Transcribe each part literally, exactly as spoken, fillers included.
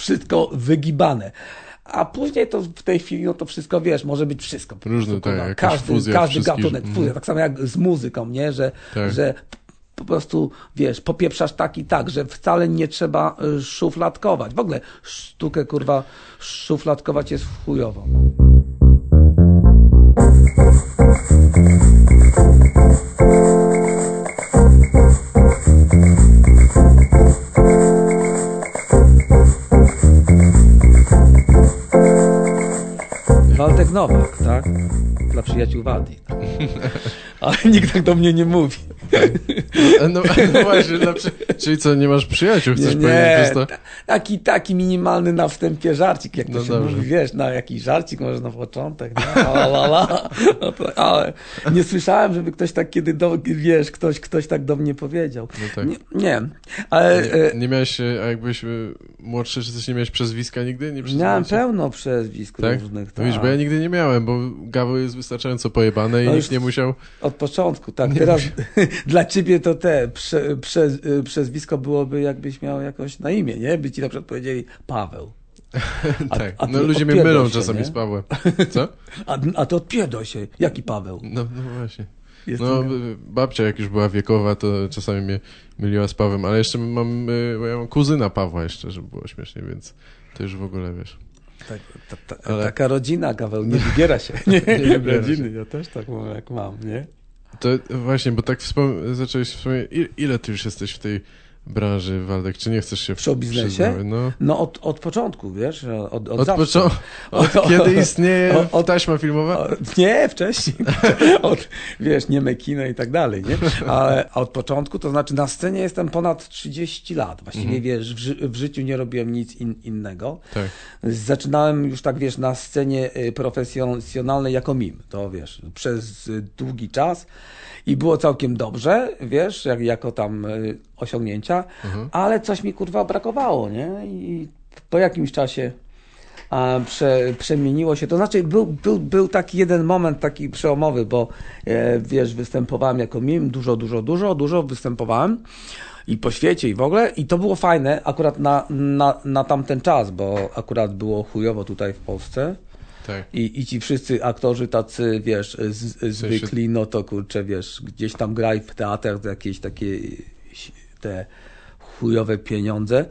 wszystko wygibane. A później to w tej chwili, no to wszystko, wiesz, może być wszystko. Różne, tak, no, jakaś każdy, fuzja każdy wszystkich- gatunek, fuzja, tak samo jak z muzyką, nie? Że, Tak. że po prostu, wiesz, popieprzasz tak i tak, że wcale nie trzeba y, szufladkować. W ogóle sztukę, kurwa, szufladkować jest chujowo. Waldek Nowak, tak? Dla przyjaciół Waldi. Ale nikt tak do mnie nie mówi. No, no właśnie, no, czyli co, nie masz przyjaciół, chcesz nie, powiedzieć nie, przez to? taki, taki minimalny na wstępie żarcik, jak to No się dobrze. mówi, wiesz, na jakiś żarcik może na początek, nie? La, la, la. No to, ale nie słyszałem, żeby ktoś tak kiedy, do, wiesz, ktoś, ktoś tak do mnie powiedział. No tak. Nie, nie, ale... Nie, nie miałeś, e, a jakbyś e, młodszy, czy coś nie miałeś przezwiska nigdy? Nie Miałem przyznałem się? pełno przezwisk Tak? różnych. No widzisz, bo ja nigdy nie miałem, bo Gaweł jest wystarczająco pojebane i No nikt już- nie musiał... Od początku, tak. Nie Teraz dla ciebie to te prze, prze, przezwisko byłoby, jakbyś miał jakoś na imię, nie? By ci na przykład powiedzieli Paweł. A- tak, a ty no ludzie mnie odpierdol mylą się, czasami nie? z Pawłem. Co? A, a to odpierdol się. Jaki Paweł? No, no właśnie. Jest No, druga- b- babcia jak już była wiekowa, to czasami mnie myliła z Pawłem, ale jeszcze mam, y, bo ja mam kuzyna Pawła jeszcze, żeby było śmiesznie, więc to już w ogóle, wiesz. Tak, ta, ta, Ale- Taka rodzina, Gaweł, nie wybiera się. Nie, Nie nie wybiera rodziny, ja też tak mam, jak mam, nie? To właśnie, bo tak wspom- zacząłeś wspomnieć, ile, ile ty już jesteś w tej branży, Waldek? Czy nie chcesz się W showbiznesie? przyznawać? No. No od, od początku, wiesz, od, od, Od zawsze. początku, od kiedy istnieje Od- od- taśma filmowa? O, nie, wcześniej. Od, wiesz, nieme kino i tak dalej, nie? Ale od początku, to znaczy na scenie jestem ponad trzydzieści lat. Właściwie, Mhm. wiesz, w, ży- w życiu nie robiłem nic in, innego. Tak. Zaczynałem już tak, wiesz, na scenie y, profesjonalnej jako mim. To, wiesz, przez y, długi czas i było całkiem dobrze, wiesz, jak, jako tam y, osiągnięcia, Mhm. ale coś mi, kurwa, brakowało, nie? I po jakimś czasie a prze, przemieniło się. To znaczy był, był, był taki jeden moment taki przełomowy, bo e, wiesz, występowałem jako mim, dużo, dużo, dużo, dużo występowałem i po świecie i w ogóle i to było fajne akurat na, na, na tamten czas, bo akurat było chujowo tutaj w Polsce. Tak. I, I ci wszyscy aktorzy tacy, wiesz, z, zwykli, no to kurczę, wiesz, gdzieś tam grali w teatrach za jakieś takie te chujowe pieniądze.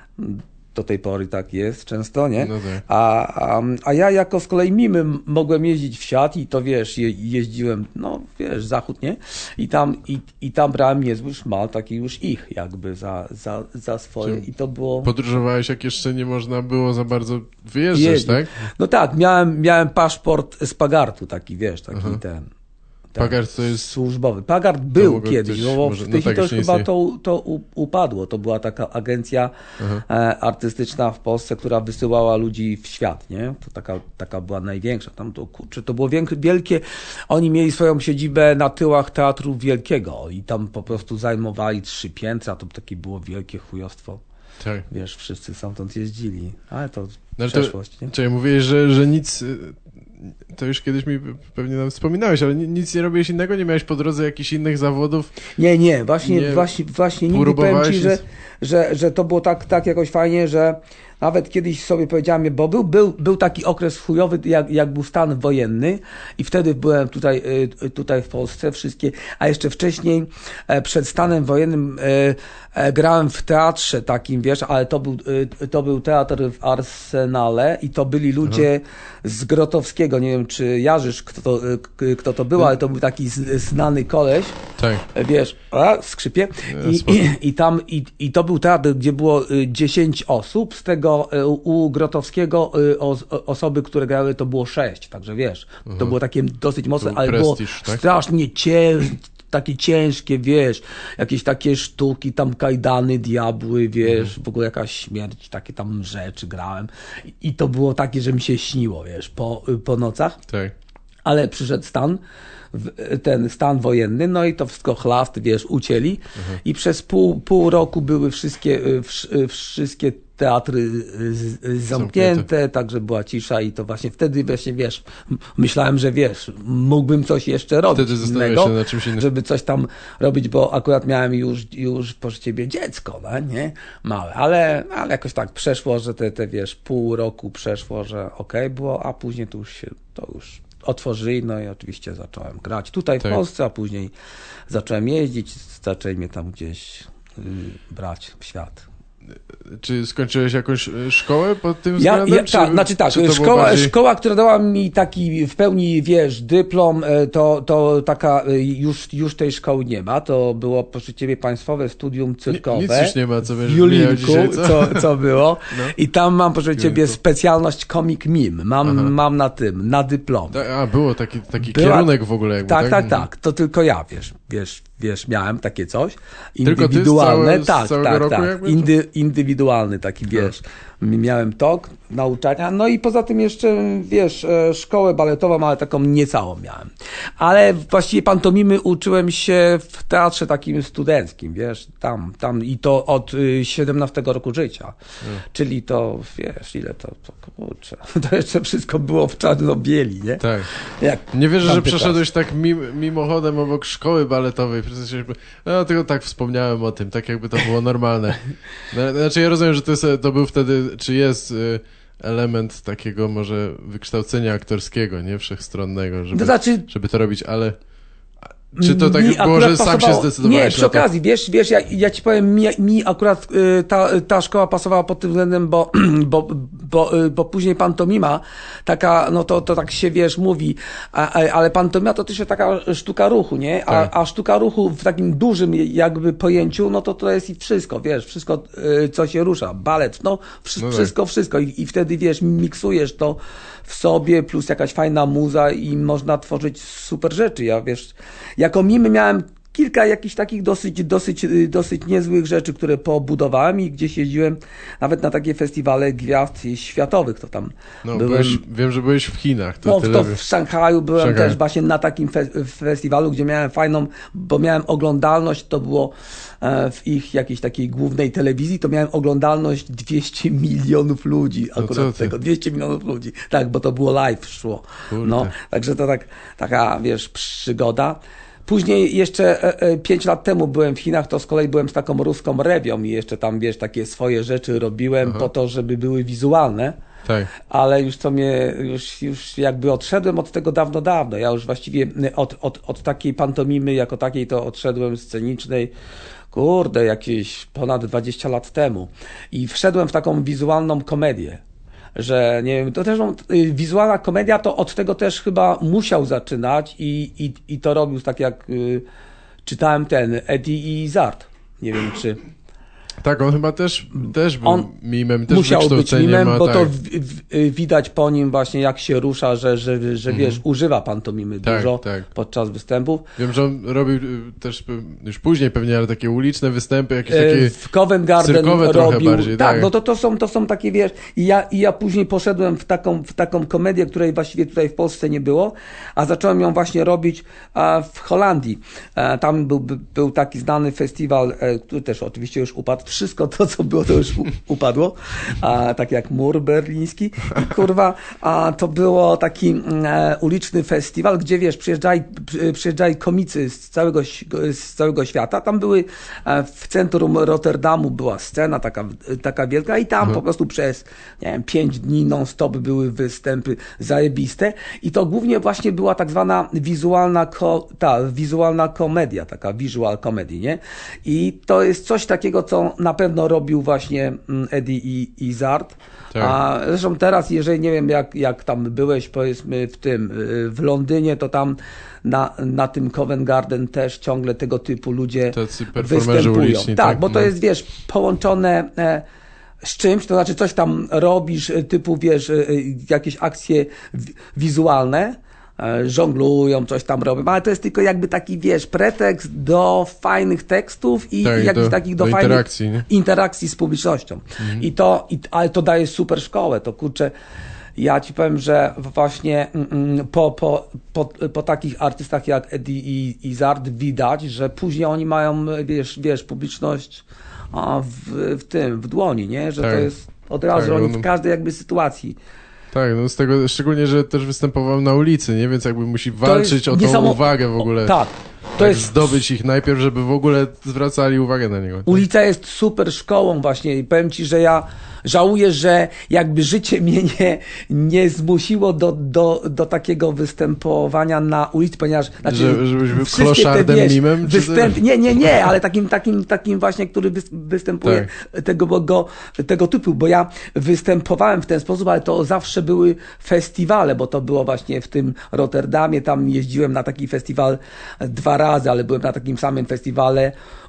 Do tej pory tak jest często, nie? No tak. A, a, a ja jako z kolei mimy mogłem jeździć w świat i to wiesz, je, jeździłem, no wiesz, zachód, nie? I tam, i, i tam brałem niezły szmal, taki już ich jakby za, za, za swoje Czyli i to było... Podróżowałeś, jak jeszcze nie można było za bardzo wyjeżdżać, Jeździć. tak? No tak, miałem, miałem paszport z Pagartu taki, wiesz, taki Aha. ten... Pagart to jest... Służbowy. Pagart był mogło kiedyś, ktoś- no bo może- w no tej chwili tak, to już już nie chyba istnieje. to, to u- upadło. To była taka agencja Aha. e, artystyczna w Polsce, która wysyłała ludzi w świat, nie? To taka, taka była największa. Tam to, kurczę, to było wielkie, wielkie. Oni mieli swoją siedzibę na tyłach Teatru Wielkiego i tam po prostu zajmowali trzy piętra. To takie było wielkie chujostwo. Tak. Wiesz, wszyscy stamtąd jeździli. Ale to No, ale to- przeszłość, nie? Czyli mówiłeś, że, że nic... y, To już kiedyś mi pewnie nawet wspominałeś, ale ni- nic nie robiłeś innego? Nie miałeś po drodze jakichś innych zawodów? Nie, nie, właśnie, Nie właśnie, właśnie nigdy powiem próbowałeś ci, że, nic? że, że to było tak, tak jakoś fajnie, że nawet kiedyś sobie powiedziałem, bo był, był, był taki okres chujowy, jak, jak był stan wojenny i wtedy byłem tutaj, y, tutaj w Polsce, wszystkie, a jeszcze wcześniej e, przed stanem wojennym e, e, grałem w teatrze takim, wiesz, ale to był, y, to był teatr w Arsenale i to byli ludzie z Grotowskiego, nie wiem czy Jarzysz, kto to, y, k- kto to był, ale to był taki z- znany koleś, Tak. wiesz, a, skrzypie. I, spoko. i, i tam, i, i to był teatr, gdzie było y, dziesięć osób, z tego y, u Grotowskiego y, os, o- osoby, które grały, to było sześć, także wiesz, to było takie dosyć mocne, był ale prestiż, było tak? strasznie ciężkie, takie ciężkie, wiesz, jakieś takie sztuki, tam kajdany, diabły, wiesz, Mhm. w ogóle jakaś śmierć, takie tam rzeczy grałem. I, i to było takie, że mi się śniło, wiesz, po, po nocach. Tak. ale przyszedł stan, ten stan wojenny, no i to wszystko chlast, wiesz, ucięli mhm. i przez pół, pół roku były wszystkie, wszystkie teatry zamknięte, zamknięte, także była cisza i to właśnie wtedy właśnie, wiesz, myślałem, że wiesz, mógłbym coś jeszcze robić innego, się na czymś innym. żeby coś tam robić, bo akurat miałem już, już po ciebie dziecko, no, nie? Małe, ale, ale jakoś tak przeszło, że te, te wiesz, pół roku przeszło, że okej okay było, a później to już się, to już otworzyli, no i oczywiście zacząłem grać tutaj w tak. Polsce, a później zacząłem jeździć, zaczęli mnie tam gdzieś yy, brać w świat. Czy skończyłeś jakąś szkołę pod tym ja, względem? Ja, czy, tak, znaczy tak, szkoła, bardziej... szkoła, która dała mi taki w pełni, wiesz, dyplom, to, to taka, już, już tej szkoły nie ma, to było, proszę ciebie, państwowe studium cyrkowe. Nic już nie ma, co będziesz w Julinku, dzisiaj, co? co, co było. No. I tam mam, proszę ciebie, specjalność comic meme. Mam, mam na tym, na dyplom. A, było taki, taki Była... kierunek w ogóle. Jakby, tak, tak, tak, tak. To tylko ja, wiesz, wiesz, wiesz, miałem takie coś. Indywidualne. Tylko ty z całe, tak, z całego tak, roku tak. jakby? Indy, indywidualny taki, wiesz. Miałem tok nauczania, no i poza tym jeszcze, wiesz, szkołę baletową, ale taką niecałą miałem. Ale właściwie pantomimy uczyłem się w teatrze takim studenckim, wiesz, tam, tam i to od siedemnastego roku życia. Hmm. Czyli to, wiesz, ile to, to kurczę, to jeszcze wszystko było w czarno-bieli, nie? Tak. Jak nie wierzę, że przeszedłeś czas. tak mim, mimochodem obok szkoły baletowej. No, tylko tak wspomniałem o tym, tak jakby to było normalne. Znaczy ja rozumiem, że to, jest, to był wtedy, czy jest y, element takiego może wykształcenia aktorskiego, nie? Wszechstronnego, żeby to, znaczy... żeby to robić, ale... Czy to tak mi było, że sam się zdecydowałeś? Nie, przy okazji, wiesz, wiesz, ja, ja ci powiem, mi, mi akurat y, ta, ta szkoła pasowała pod tym względem, bo, bo, bo, y, bo później pantomima, taka, no to, to tak się, wiesz, mówi, a, a, ale pantomima to też jest taka sztuka ruchu, nie? A, tak. a sztuka ruchu w takim dużym jakby pojęciu, no to to jest i wszystko, wiesz, wszystko, y, co się rusza, balet, no, wsz- no wszystko, tak. wszystko I, i wtedy, wiesz, miksujesz to w sobie, plus jakaś fajna muza i można tworzyć super rzeczy, ja, wiesz, jako mimy miałem kilka jakichś takich dosyć, dosyć, dosyć niezłych rzeczy, które pobudowałem i gdzieś jeździłem nawet na takie festiwale gwiazd światowych, to tam no, byłem. Byłeś, wiem, że byłeś w Chinach. To no, tyle to w Szanghaju byłem Szanghaj. też właśnie na takim fe- festiwalu, gdzie miałem fajną, bo miałem oglądalność, to było w ich jakiejś takiej głównej telewizji, to miałem oglądalność dwieście milionów ludzi akurat no tego, dwieście milionów ludzi, tak, bo to było live szło. Kurde. No, także to tak, taka, wiesz, przygoda. Później jeszcze e, pięć lat temu byłem w Chinach, to z kolei byłem z taką ruską rewią i jeszcze tam, wiesz, takie swoje rzeczy robiłem Aha. po to, żeby były wizualne. Tak. Ale już co mnie, już, już jakby odszedłem od tego dawno, dawno. Ja już właściwie od, od, od takiej pantomimy jako takiej to odszedłem scenicznej, kurde, jakieś ponad dwadzieścia lat temu. I wszedłem w taką wizualną komedię. Że nie wiem, to też y, wizualna komedia to od tego też chyba musiał zaczynać i, i, i to robił tak jak y, czytałem ten Eddie Izzard. Nie wiem czy... Tak, on chyba też, też był on mimem, też musiał być mimem, ma, bo tak. to w, w, widać po nim właśnie jak się rusza, że, że, że wiesz, mhm. używa pantomimy tak, dużo tak. podczas występów. Wiem, że on robił też już później pewnie, ale takie uliczne występy, jakieś takie w Covent Garden robił. Bardziej, tak, tak, no to, to, są, to są takie, wiesz, i ja, i ja później poszedłem w taką, w taką komedię, której właściwie tutaj w Polsce nie było, a zacząłem ją właśnie robić a, w Holandii. A, tam był, był taki znany festiwal, e, który też oczywiście już upadł. Wszystko to, co było, to już u, upadło, a, tak jak mur berliński. I kurwa, a, to było taki e, uliczny festiwal, gdzie wiesz, przyjeżdżali, przyjeżdżali komicy z całego, z całego świata. Tam były e, w centrum Rotterdamu była scena taka, taka wielka i tam mhm. po prostu przez, nie wiem, pięć dni non-stop były występy zajebiste i to głównie właśnie była tak zwana wizualna, ko, ta, wizualna komedia, taka visual comedy, nie? I to jest coś takiego, co na pewno robił właśnie Eddie Izzard. Tak. A zresztą teraz, jeżeli nie wiem, jak, jak tam byłeś, powiedzmy w tym, w Londynie, to tam na, na tym Covent Garden też ciągle tego typu ludzie występują. Uliczni, tak, tak, bo to no. jest, wiesz, połączone e, z czymś, to znaczy coś tam robisz, typu, wiesz, e, jakieś akcje w, wizualne, żonglują, coś tam robią, ale to jest tylko jakby taki, wiesz, pretekst do fajnych tekstów i, tak, i jakichś do, takich do, do fajnych interakcji, nie? interakcji z publicznością. Mhm. I to, i, ale to daje super szkołę, to kurczę, ja ci powiem, że właśnie mm, po, po, po, po takich artystach jak Eddie i, i Zard widać, że później oni mają, wiesz, wiesz publiczność a, w, w tym, w dłoni, nie? Że tak. to jest od razu, tak, oni no, w każdej jakby sytuacji. Tak, no z tego, szczególnie, że też występował na ulicy, nie? Więc jakby musi walczyć o tą samo... uwagę w ogóle. O, tak. To tak jest zdobyć ich najpierw, żeby w ogóle zwracali uwagę na niego. Tak? Ulica jest super szkołą właśnie i powiem ci, że ja żałuję, że jakby życie mnie nie, nie zmusiło do, do, do takiego występowania na ulicy, ponieważ znaczy, że, żebyś był kloszardem, wiesz, mimem? Występ... Nie, nie, nie, ale takim, takim, takim właśnie, który występuje tak. tego, go, tego typu, bo ja występowałem w ten sposób, ale to zawsze były festiwale, bo to było właśnie w tym Rotterdamie, tam jeździłem na taki festiwal dwa razy, ale byłem na takim samym festiwale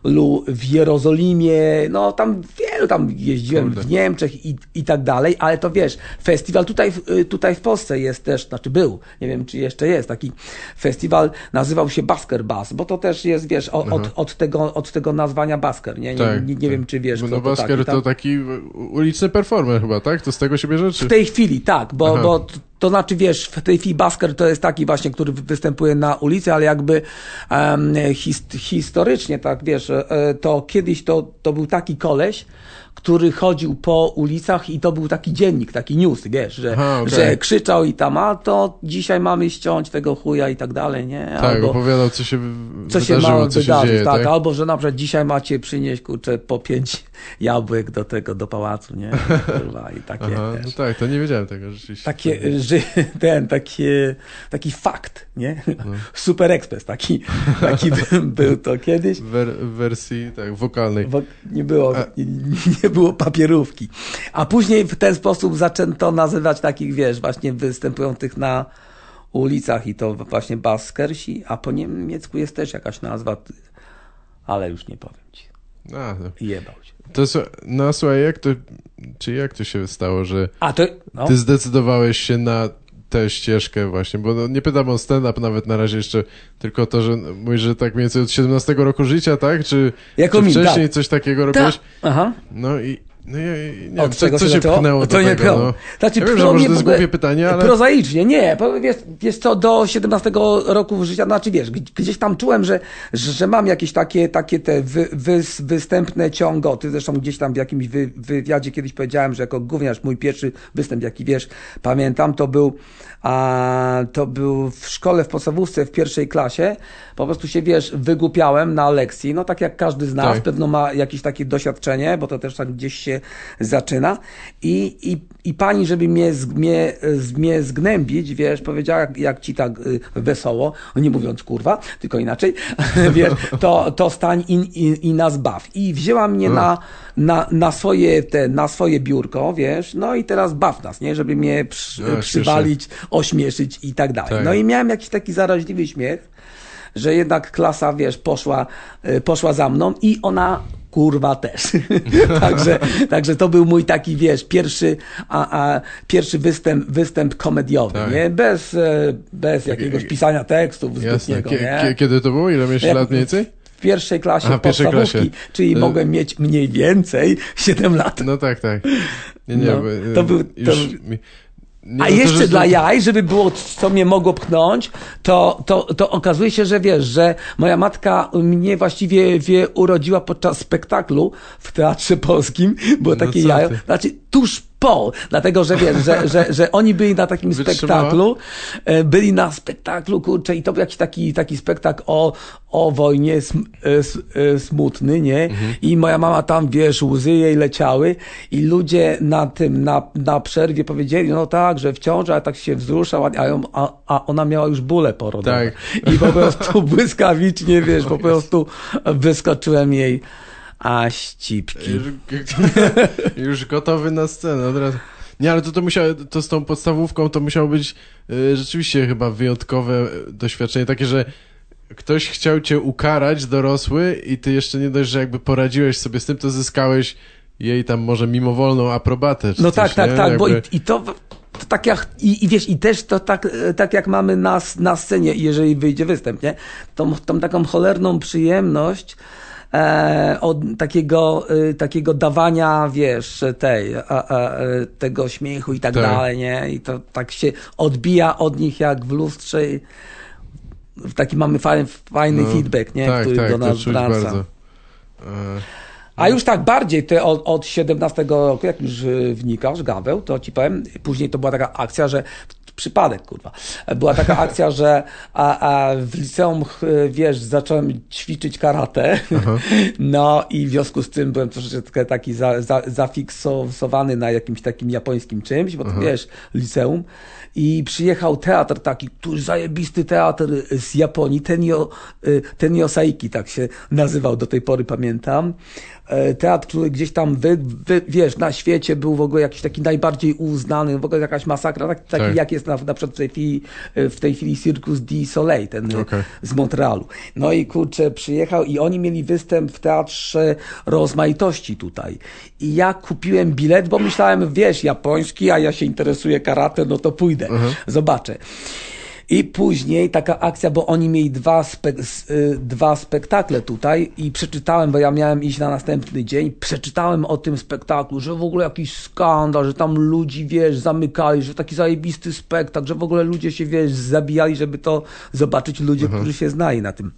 w Jerozolimie, no tam wielu tam jeździłem Kurde. w Niemczech i, i tak dalej, ale to wiesz, festiwal tutaj, tutaj w Polsce jest też, znaczy był, nie wiem czy jeszcze jest, taki festiwal nazywał się Basker Bass, bo to też jest, wiesz, od, od, od, tego, od tego nazwania Basker, nie, nie, tak, nie, nie tak. wiem czy wiesz, no, kto no to Basker taki, to tak? taki uliczny performer chyba, tak? To z tego się bierze? Czy... W tej chwili, tak, bo, bo to znaczy, wiesz, w tej chwili Basker to jest taki właśnie, który występuje na ulicy, ale jakby um, his, historycznie, tak, wiesz, to kiedyś to, to był taki koleś, który chodził po ulicach i to był taki dziennik, taki news, wiesz, że, Aha, okay. że krzyczał i tam, a to dzisiaj mamy ściąć tego chuja i tak dalej, nie? Tak, albo, opowiadał, co się co wydarzyło, się ma co wydarzyć, się dzieje, tak? tak? Albo, że na przykład dzisiaj macie przynieść, kurczę, po pięć jabłek do tego, do pałacu, nie? Kurwa, i takie, Aha, no tak, to nie wiedziałem tego rzeczywiście. Takie, że ten, takie, taki fakt, nie? No. Super Express, taki, taki był to kiedyś. Wer, w wersji, tak, wokalnej. Wo, nie było, A... nie, nie było papierówki. A później w ten sposób zaczęto nazywać takich, wiesz, właśnie występujących na ulicach i to właśnie baskersi, a po niemiecku jest też jakaś nazwa, ale już nie powiem ci. A, no. Jebał się. To, no słuchaj, jak to, czy jak to się stało, że a to, no. ty zdecydowałeś się na tę ścieżkę właśnie, bo no, nie pytam o stand-up nawet na razie jeszcze, tylko to, że mówisz, że tak mniej więcej od siedemnastego roku życia, tak? Czy, jako czy mi, wcześniej tak. coś takiego robiłeś? Aha. No i no ja, nie Od wiem, co, co się zaczęło? pchnęło to do nie tego? No. Znaczy, ja wiem, że może to jest głupie pytanie, ale... Prozaicznie, nie. Wiesz, wiesz co, do siedemnastego roku życia, znaczy wiesz, gdzieś tam czułem, że, że mam jakieś takie, takie te wy, wy, występne ciągoty. Zresztą gdzieś tam w jakimś wy, wywiadzie kiedyś powiedziałem, że jako gówniarz mój pierwszy występ, jaki wiesz, pamiętam, to był, a, to był w szkole w podstawówce w pierwszej klasie. Po prostu się, wiesz, wygłupiałem na lekcji. No tak jak każdy z nas, tak. Pewno ma jakieś takie doświadczenie, bo to też tak gdzieś się zaczyna i, i, i pani, żeby mnie, mnie, mnie zgnębić, wiesz, powiedziała, jak, jak ci tak y, wesoło, nie mówiąc kurwa, tylko inaczej, wiesz, to, to stań i, i, i nas baw. I wzięła mnie no. na, na, na, swoje, te, na swoje biurko, wiesz, no i teraz baw nas, nie, żeby mnie przy, no, przywalić, ośmieszyć i tak dalej. Tak. No i miałem jakiś taki zaraźliwy śmiech, że jednak klasa, wiesz, poszła, poszła za mną i ona kurwa też. także, także to był mój taki, wiesz, pierwszy, a, a, pierwszy występ, występ komediowy, tak. nie? Bez, bez jakiegoś pisania tekstów zbytniego, nie? Kiedy to było? Ile miałeś lat mniej więcej? W pierwszej klasie Aha, podstawówki, klasie. Czyli mogłem mieć mniej więcej siedem lat. No tak, tak. Nie, nie, no, bo, to był... Już... To... Nie, A no jeszcze to, dla to... jaj, żeby było, co mnie mogło pchnąć, to, to, to okazuje się, że wiesz, że moja matka mnie właściwie wie, urodziła podczas spektaklu w Teatrze Polskim, było takie no jajo, znaczy tuż po, dlatego, że wiesz, że, że, że oni byli na takim Wytrzymała? spektaklu, byli na spektaklu, kurczę, i to był jakiś taki, taki spektakl o, o wojnie sm, smutny, nie? Mhm. I moja mama tam, wiesz, łzy jej leciały i ludzie na tym, na, na przerwie powiedzieli, no tak, że w ciąży, ale tak się wzruszał, a, ją, a, a ona miała już bóle porodowe. Tak. I po prostu błyskawicznie, wiesz, po prostu wyskoczyłem jej a ścipki. Już, już gotowy na scenę od razu. Nie, ale to, to musiało, to z tą podstawówką to musiało być y, rzeczywiście chyba wyjątkowe doświadczenie, takie, że ktoś chciał cię ukarać, dorosły, i ty jeszcze nie dość, że jakby poradziłeś sobie z tym, to zyskałeś jej tam może mimowolną aprobatę. Czy no coś, tak, tak, nie? tak, jakby... bo i, i to... To tak jak, i, i wiesz, i też to tak, tak jak mamy na, na scenie, jeżeli wyjdzie występ, nie? Tą, tą taką cholerną przyjemność e, od takiego, e, takiego dawania, wiesz, tej, a, a, tego śmiechu i tak, tak dalej, nie? I to tak się odbija od nich jak w lustrze. I taki mamy fajny, fajny no, feedback, nie? Tak, który tak, do nas to wraca. bardzo. E... A już tak bardziej ty od, od siedemnastego roku, jak już wnikasz, Gaweł, to ci powiem, później to była taka akcja, że przypadek, kurwa. Była taka akcja, że a, a w liceum, wiesz, zacząłem ćwiczyć karate, aha. No i w związku z tym byłem troszeczkę taki za, za, zafiksowany na jakimś takim japońskim czymś, bo to, wiesz, liceum. I przyjechał teatr taki, który zajebisty teatr z Japonii, Tenio, Tenio Saiki, tak się nazywał, do tej pory pamiętam. Teatr, który gdzieś tam, wy, wy, wiesz, na świecie był w ogóle jakiś taki najbardziej uznany, w ogóle jakaś masakra, tak, taki tak. jak jest na, na przykład w tej chwili, w tej chwili Circus du Soleil, ten okay. z Montrealu. No i kurczę, przyjechał i oni mieli występ w Teatrze Rozmaitości tutaj. I ja kupiłem bilet, bo myślałem, wiesz, japoński, a ja się interesuję karate, no to pójdę, uh-huh. zobaczę. I później taka akcja, bo oni mieli dwa, spek- dwa spektakle tutaj i przeczytałem, bo ja miałem iść na następny dzień, przeczytałem o tym spektaklu, że w ogóle jakiś skandal, że tam ludzi, wiesz, zamykali, że taki zajebisty spektakl, że w ogóle ludzie się, wiesz, zabijali, żeby to zobaczyć, ludzie, mhm. którzy się znali na tym.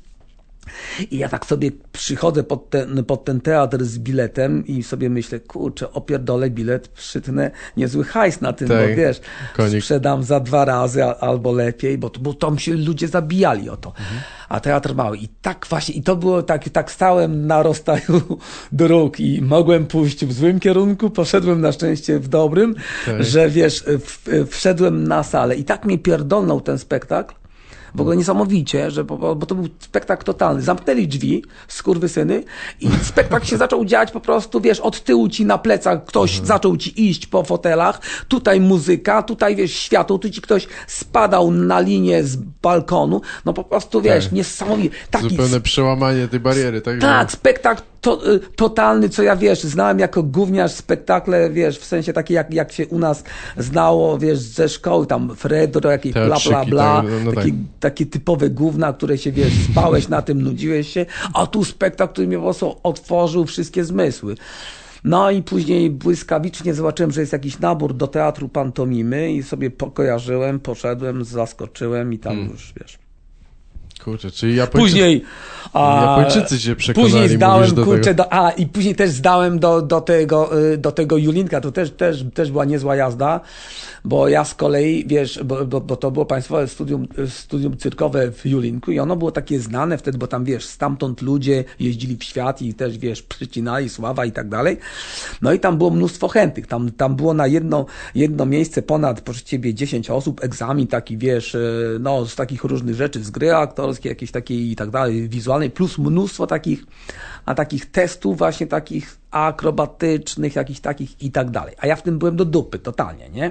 I ja tak sobie przychodzę pod ten, pod ten teatr z biletem i sobie myślę, kurczę, opierdolę bilet, przytnę niezły hajs na tym, tak, bo wiesz, konik. Sprzedam za dwa razy albo lepiej, bo, bo tam się ludzie zabijali o to. Mhm. A teatr mały. I tak właśnie, i to było tak, tak stałem na rozstaju dróg i mogłem pójść w złym kierunku, poszedłem na szczęście w dobrym, tak. że wiesz, w, wszedłem na salę i tak mnie pierdolnął ten spektakl, w ogóle niesamowicie, że, bo, bo to był spektakl totalny. Zamknęli drzwi, skurwysyny, i spektakl się zaczął dziać po prostu, wiesz, od tyłu ci na plecach ktoś mhm. zaczął ci iść po fotelach, tutaj muzyka, tutaj, wiesz, światło, tu ci ktoś spadał na linię z balkonu, no po prostu, wiesz, tak. niesamowicie. Taki zupełne przełamanie tej bariery, tak? Tak, spektakl to, y, totalny, co ja, wiesz, znałem jako gówniarz spektakle, wiesz, w sensie takie, jak, jak się u nas znało, wiesz, ze szkoły, tam Fredro, jakieś bla, bla, bla, tak, no taki, tak. takie typowe gówna, które się, wiesz, spałeś na tym, nudziłeś się, a tu spektakl, który mi po prostu otworzył wszystkie zmysły. No i później błyskawicznie zobaczyłem, że jest jakiś nabór do teatru pantomimy i sobie pokojarzyłem, poszedłem, zaskoczyłem i tam hmm. już, wiesz... Kurczę, czyli Japończycy, później, a, Japończycy się przekonali, później zdałem, do kurczę, tego. Do, a i później też zdałem do, do, tego, do tego Julinka, to też, też, też była niezła jazda, bo ja z kolei, wiesz, bo, bo, bo to było państwowe studium, studium cyrkowe w Julinku i ono było takie znane wtedy, bo tam, wiesz, stamtąd ludzie jeździli w świat i też, wiesz, przycinali Sława i tak dalej. No i tam było mnóstwo chętnych, tam, tam było na jedno, jedno miejsce ponad, proszę ciebie, dziesięć osób, egzamin taki, wiesz, no, z takich różnych rzeczy, z gry aktorskiej, jakieś takiej i tak dalej, wizualnej, plus mnóstwo takich, a takich testów właśnie takich akrobatycznych, jakichś takich i tak dalej. A ja w tym byłem do dupy, totalnie, nie?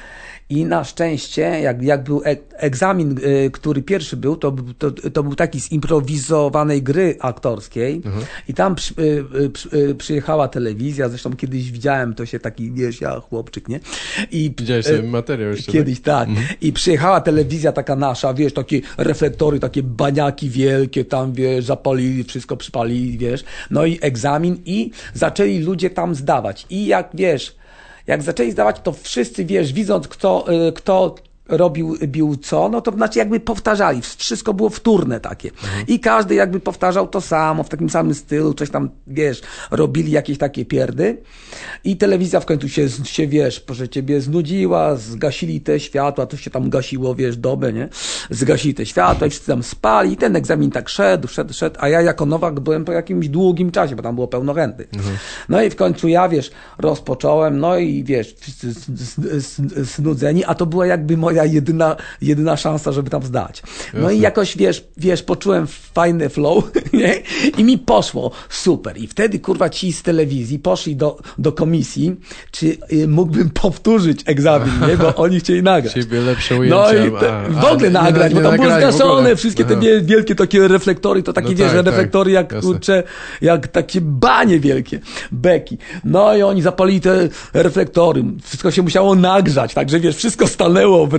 I na szczęście, jak, jak był egzamin, y, który pierwszy był, to, to, to był taki z improwizowanej gry aktorskiej mhm. i tam przy, y, przy, y, przyjechała telewizja, zresztą kiedyś widziałem, to się taki, wiesz, ja chłopczyk, nie? I, widziałeś sobie materiał jeszcze? Kiedyś, tak. tak. Mhm. I przyjechała telewizja taka nasza, wiesz, takie reflektory, takie baniaki wielkie, tam, wiesz, zapalili, wszystko przypalili, wiesz, no i egzamin i zaczęli ludzie tam zdawać. I jak, wiesz, jak zaczęli zdawać, to wszyscy, wiesz, widząc kto, kto robił, bił co, no to znaczy jakby powtarzali, wszystko było wtórne takie. Mhm. I każdy jakby powtarzał to samo, w takim samym stylu, coś tam, wiesz, robili jakieś takie pierdy. I telewizja w końcu się, się wiesz, proszę ciebie, znudziła, zgasili te światła, to się tam gasiło, wiesz, dobę, nie? Zgasili te światła i wszyscy tam spali i ten egzamin tak szedł, szedł, szedł, a ja jako Nowak byłem po jakimś długim czasie, bo tam było pełno chętnych. Mhm. No i w końcu ja, wiesz, rozpocząłem, no i wiesz, wszyscy znudzeni, a to była jakby moja jedyna, jedyna szansa, żeby tam zdać. No Jasne. I jakoś, wiesz, wiesz, poczułem fajny flow, nie? I mi poszło super. I wtedy, kurwa, ci z telewizji poszli do, do komisji, czy y, mógłbym powtórzyć egzamin, nie? Bo oni chcieli nagrać. Ciebie lepsze ujęcia. No i te, a, w ogóle a, nagrać, nie, nie bo tam było zgaszone wszystkie te wie, wielkie takie reflektory, to takie, no wiesz, tak, reflektory tak. jak, kurczę, jak takie banie wielkie, beki. No i oni zapalili te reflektory. Wszystko się musiało nagrzać, także, wiesz, wszystko stanęło w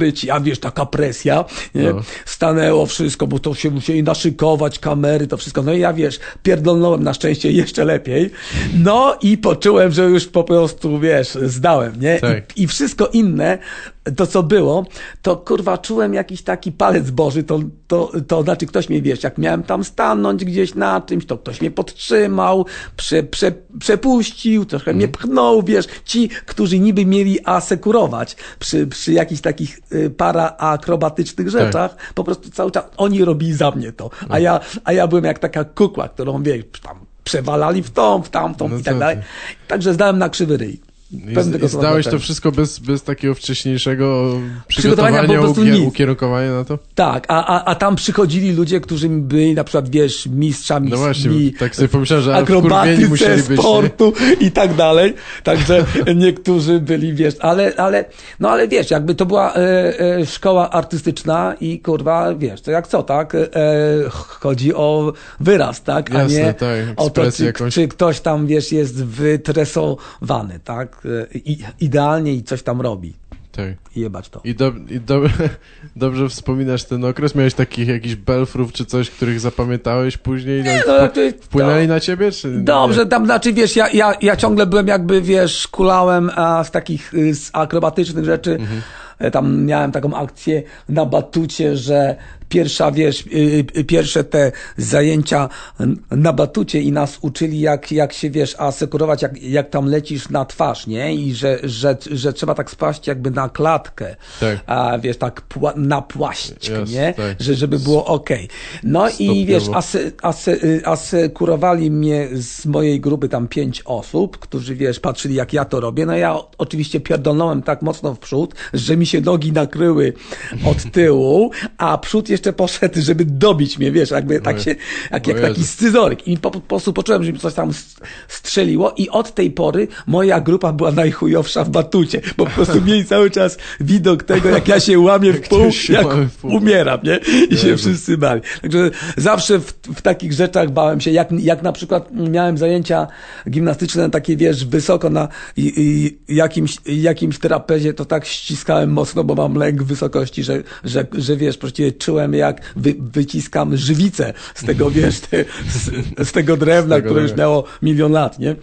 emeryci, a wiesz, taka presja, nie? No. Stanęło wszystko, bo to się musieli naszykować, kamery, to wszystko. No i ja, wiesz, pierdolnąłem na szczęście jeszcze lepiej. No i poczułem, że już po prostu, wiesz, zdałem, nie? Tak. I, I wszystko inne, to co było, to kurwa czułem jakiś taki palec Boży, to, to, to znaczy ktoś mnie, wiesz, jak miałem tam stanąć gdzieś na czymś, to ktoś mnie podtrzymał, prze, prze, przepuścił, trochę mm. mnie pchnął, wiesz, ci, którzy niby mieli asekurować przy, przy jakichś takich y, paraakrobatycznych rzeczach, tak. po prostu cały czas oni robili za mnie to, a, ja, a ja byłem jak taka kukła, którą, wiesz, tam przewalali w tą, w tamtą no i tak dalej. Także zdałem na krzywy ryj. I, i zdałeś to wszystko bez, bez takiego wcześniejszego przygotowania, przygotowania ukier- ukierunkowania na to? Tak, a, a, a tam przychodzili ludzie, którzy byli na przykład, wiesz, mistrzami, no właśnie, tak sobie pomyślałem, że akrobatyce, sportu być, i tak dalej. Także niektórzy byli, wiesz, ale, ale, no ale wiesz, jakby to była e, e, szkoła artystyczna i kurwa, wiesz, to jak co, tak? E, chodzi o wyraz, tak? Jasne, a nie tak, o to, czy, czy ktoś tam, wiesz, jest wytresowany, tak? I, idealnie i coś tam robi. Tak. I jebać to. I, do, i do, dobrze wspominasz ten okres? Miałeś takich jakichś belfrów czy coś, których zapamiętałeś później? Nie, no, to, wpłynęli to, na ciebie? Czy dobrze, nie? Tam znaczy, wiesz, ja, ja, ja ciągle byłem jakby, wiesz, kulałem a, z takich z akrobatycznych rzeczy. Mhm. Tam miałem taką akcję na batucie, że pierwsza, wiesz, pierwsze te zajęcia na batucie i nas uczyli, jak, jak się, wiesz, asekurować, jak, jak tam lecisz na twarz, nie? I że, że, że trzeba tak spaść jakby na klatkę, tak. a wiesz, tak pła- na płaśćkę, yes, nie? Tak. Że, żeby było okej. Okay. No Stopniowo. I wiesz, asy, asy, asekurowali mnie z mojej grupy tam pięć osób, którzy, wiesz, patrzyli, jak ja to robię. No ja oczywiście pierdolnąłem tak mocno w przód, że mi się nogi nakryły od tyłu, a przód jeszcze poszedł, żeby dobić mnie, wiesz, jakby tak się, jak, jak taki scyzoryk. I po, po prostu poczułem, że mi coś tam strzeliło i od tej pory moja grupa była najchujowsza w batucie, bo po prostu mieli cały czas widok tego, jak ja się łamię w pół, jak umieram, nie? I się wszyscy bali. Także zawsze w, w takich rzeczach bałem się, jak, jak na przykład miałem zajęcia gimnastyczne takie, wiesz, wysoko na i, i jakimś, jakimś trapezie, to tak ściskałem mocno, bo mam lęk wysokości, że, że, że wiesz, przecież czułem, jak wy, wyciskam żywicę z tego, wiesz, te, z, z tego drewna, z tego które już miało milion lat, nie?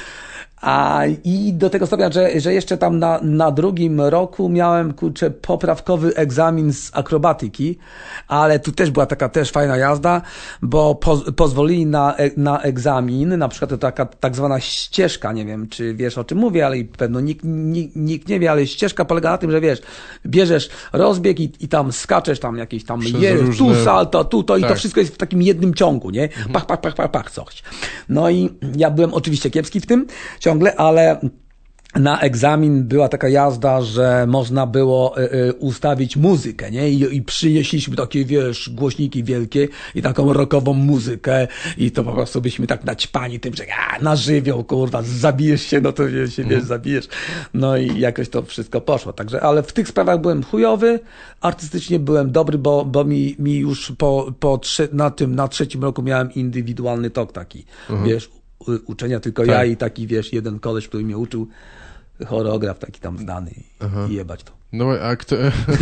A i do tego stopnia, że, że jeszcze tam na, na drugim roku miałem, kurczę, poprawkowy egzamin z akrobatyki, ale tu też była taka też fajna jazda, bo po, pozwolili na, na egzamin, na przykład to taka tak zwana ścieżka, nie wiem, czy wiesz, o czym mówię, ale pewno nikt, nikt, nikt nie wie, ale ścieżka polega na tym, że wiesz, bierzesz rozbieg i, i tam skaczesz tam jakieś tam, je, różne... tu salto, tu to tak. I to wszystko jest w takim jednym ciągu, nie? Mhm. Pach, pach, pach, pach, pach, coś. No i ja byłem oczywiście kiepski w tym, ciągle, ale na egzamin była taka jazda, że można było y, y, ustawić muzykę, nie? I, i przynieśliśmy takie, wiesz, głośniki wielkie i taką rockową muzykę i to po prostu byśmy tak naćpani tym, że a, na żywioł, kurwa, zabijesz się, no to się, wiesz, mm. zabijesz. No i jakoś to wszystko poszło. Także, ale w tych sprawach byłem chujowy, artystycznie byłem dobry, bo, bo mi, mi już po, po trze- na tym, na trzecim roku miałem indywidualny tok taki, mm. wiesz, uczenia, tylko tak. Ja i taki, wiesz, jeden koleś, który mnie uczył, choreograf taki tam znany i, i jebać to. No a kto,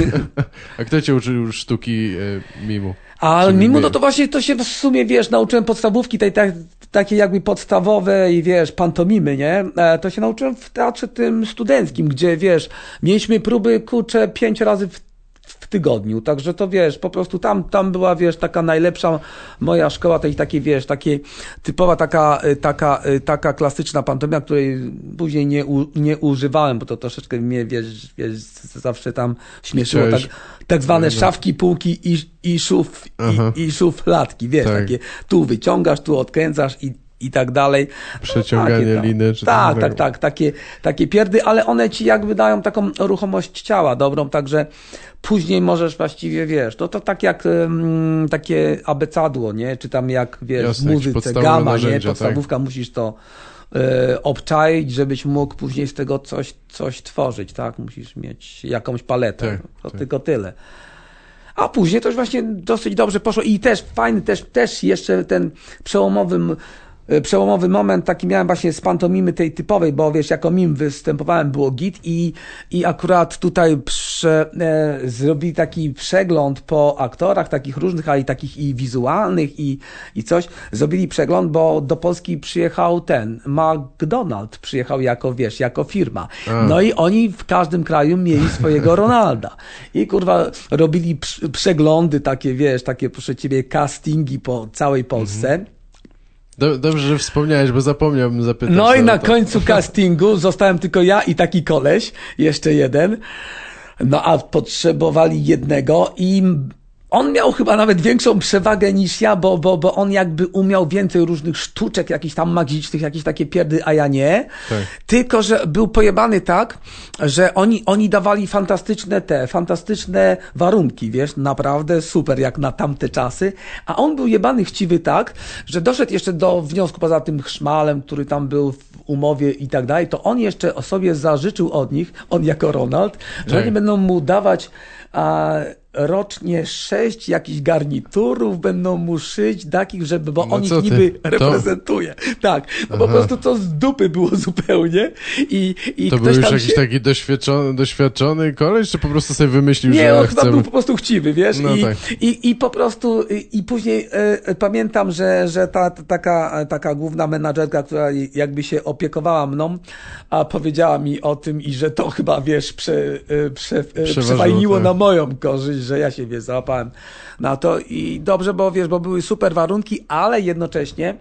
a kto cię uczył sztuki e, mimu? A mimu, no to właśnie to się w sumie, wiesz, nauczyłem podstawówki, tej, tej, takiej jakby podstawowej, wiesz, pantomimy, nie? E, to się nauczyłem w teatrze tym studenckim, gdzie, wiesz, mieliśmy próby, kurczę, pięć razy w w tygodniu, także to wiesz, po prostu tam, tam była, wiesz, taka najlepsza moja szkoła, tej takiej, wiesz, takiej typowa taka, taka, taka klasyczna pantomima, której później nie, u, nie używałem, bo to troszeczkę mnie, wiesz, wiesz zawsze tam śmieszyło, tak, tak zwane szafki, półki i, i szuf, i, i szufladki, wiesz, tak. Takie, tu wyciągasz, tu odkręcasz i i tak dalej. Przeciąganie no, liny. Czy tak, tak, tak, takie, takie pierdy, ale one ci jakby dają taką ruchomość ciała dobrą, także później możesz właściwie, wiesz, to, to tak jak um, takie abecadło, nie? Czy tam jak, wiesz, Jasne, w muzyce, gama, nie? Podstawówka, tak? Musisz to y, obczaić, żebyś mógł później z tego coś, coś tworzyć, tak? Musisz mieć jakąś paletę. Tak, to tak. Tylko tyle. A później to już właśnie dosyć dobrze poszło i też fajny, też, też jeszcze ten przełomowy Przełomowy moment taki miałem właśnie z pantomimy tej typowej, bo wiesz, jako mim występowałem, było git i, i akurat tutaj prze, e, zrobili taki przegląd po aktorach, takich różnych, ale i takich i wizualnych i, i coś. Zrobili przegląd, bo do Polski przyjechał ten, McDonald przyjechał jako, wiesz, jako firma. A. No i oni w każdym kraju mieli swojego Ronalda. I kurwa, robili przeglądy takie, wiesz, takie, proszę ciebie, castingi po całej Polsce. Mhm. Dobrze, że wspomniałeś, bo zapomniałbym zapytać. No i na to. końcu castingu zostałem tylko ja i taki koleś, jeszcze jeden. No a potrzebowali jednego i on miał chyba nawet większą przewagę niż ja, bo, bo, bo on jakby umiał więcej różnych sztuczek, jakichś tam magicznych, jakieś takie pierdy, a ja nie. Tak. Tylko, że był pojebany tak, że oni, oni dawali fantastyczne te, fantastyczne warunki, wiesz, naprawdę super, jak na tamte czasy. A on był jebany chciwy tak, że doszedł jeszcze do wniosku, poza tym chrzmalem, który tam był w umowie i tak dalej, to on jeszcze o sobie zażyczył od nich, on jako Ronald, że tak. oni będą mu dawać a, rocznie sześć jakichś garniturów, będą mu szyć takich, żeby, bo no on ich niby to... reprezentuje. Tak, no po prostu to z dupy było zupełnie. I, i to ktoś był już tam jakiś się... taki doświadczony, doświadczony koleś, czy po prostu sobie wymyślił, nie, że on chce... chyba był po prostu chciwy, wiesz? No I, tak. i, i po prostu, i, i później e, pamiętam, że, że ta, ta taka, taka główna menadżerka, która jakby się opiekowała mną, a powiedziała mi o tym i że to chyba, wiesz, prze, prze, przewajniło tak. na moją korzyść, że ja się, wiesz, załapałem na to i dobrze, bo wiesz, bo były super warunki, ale jednocześnie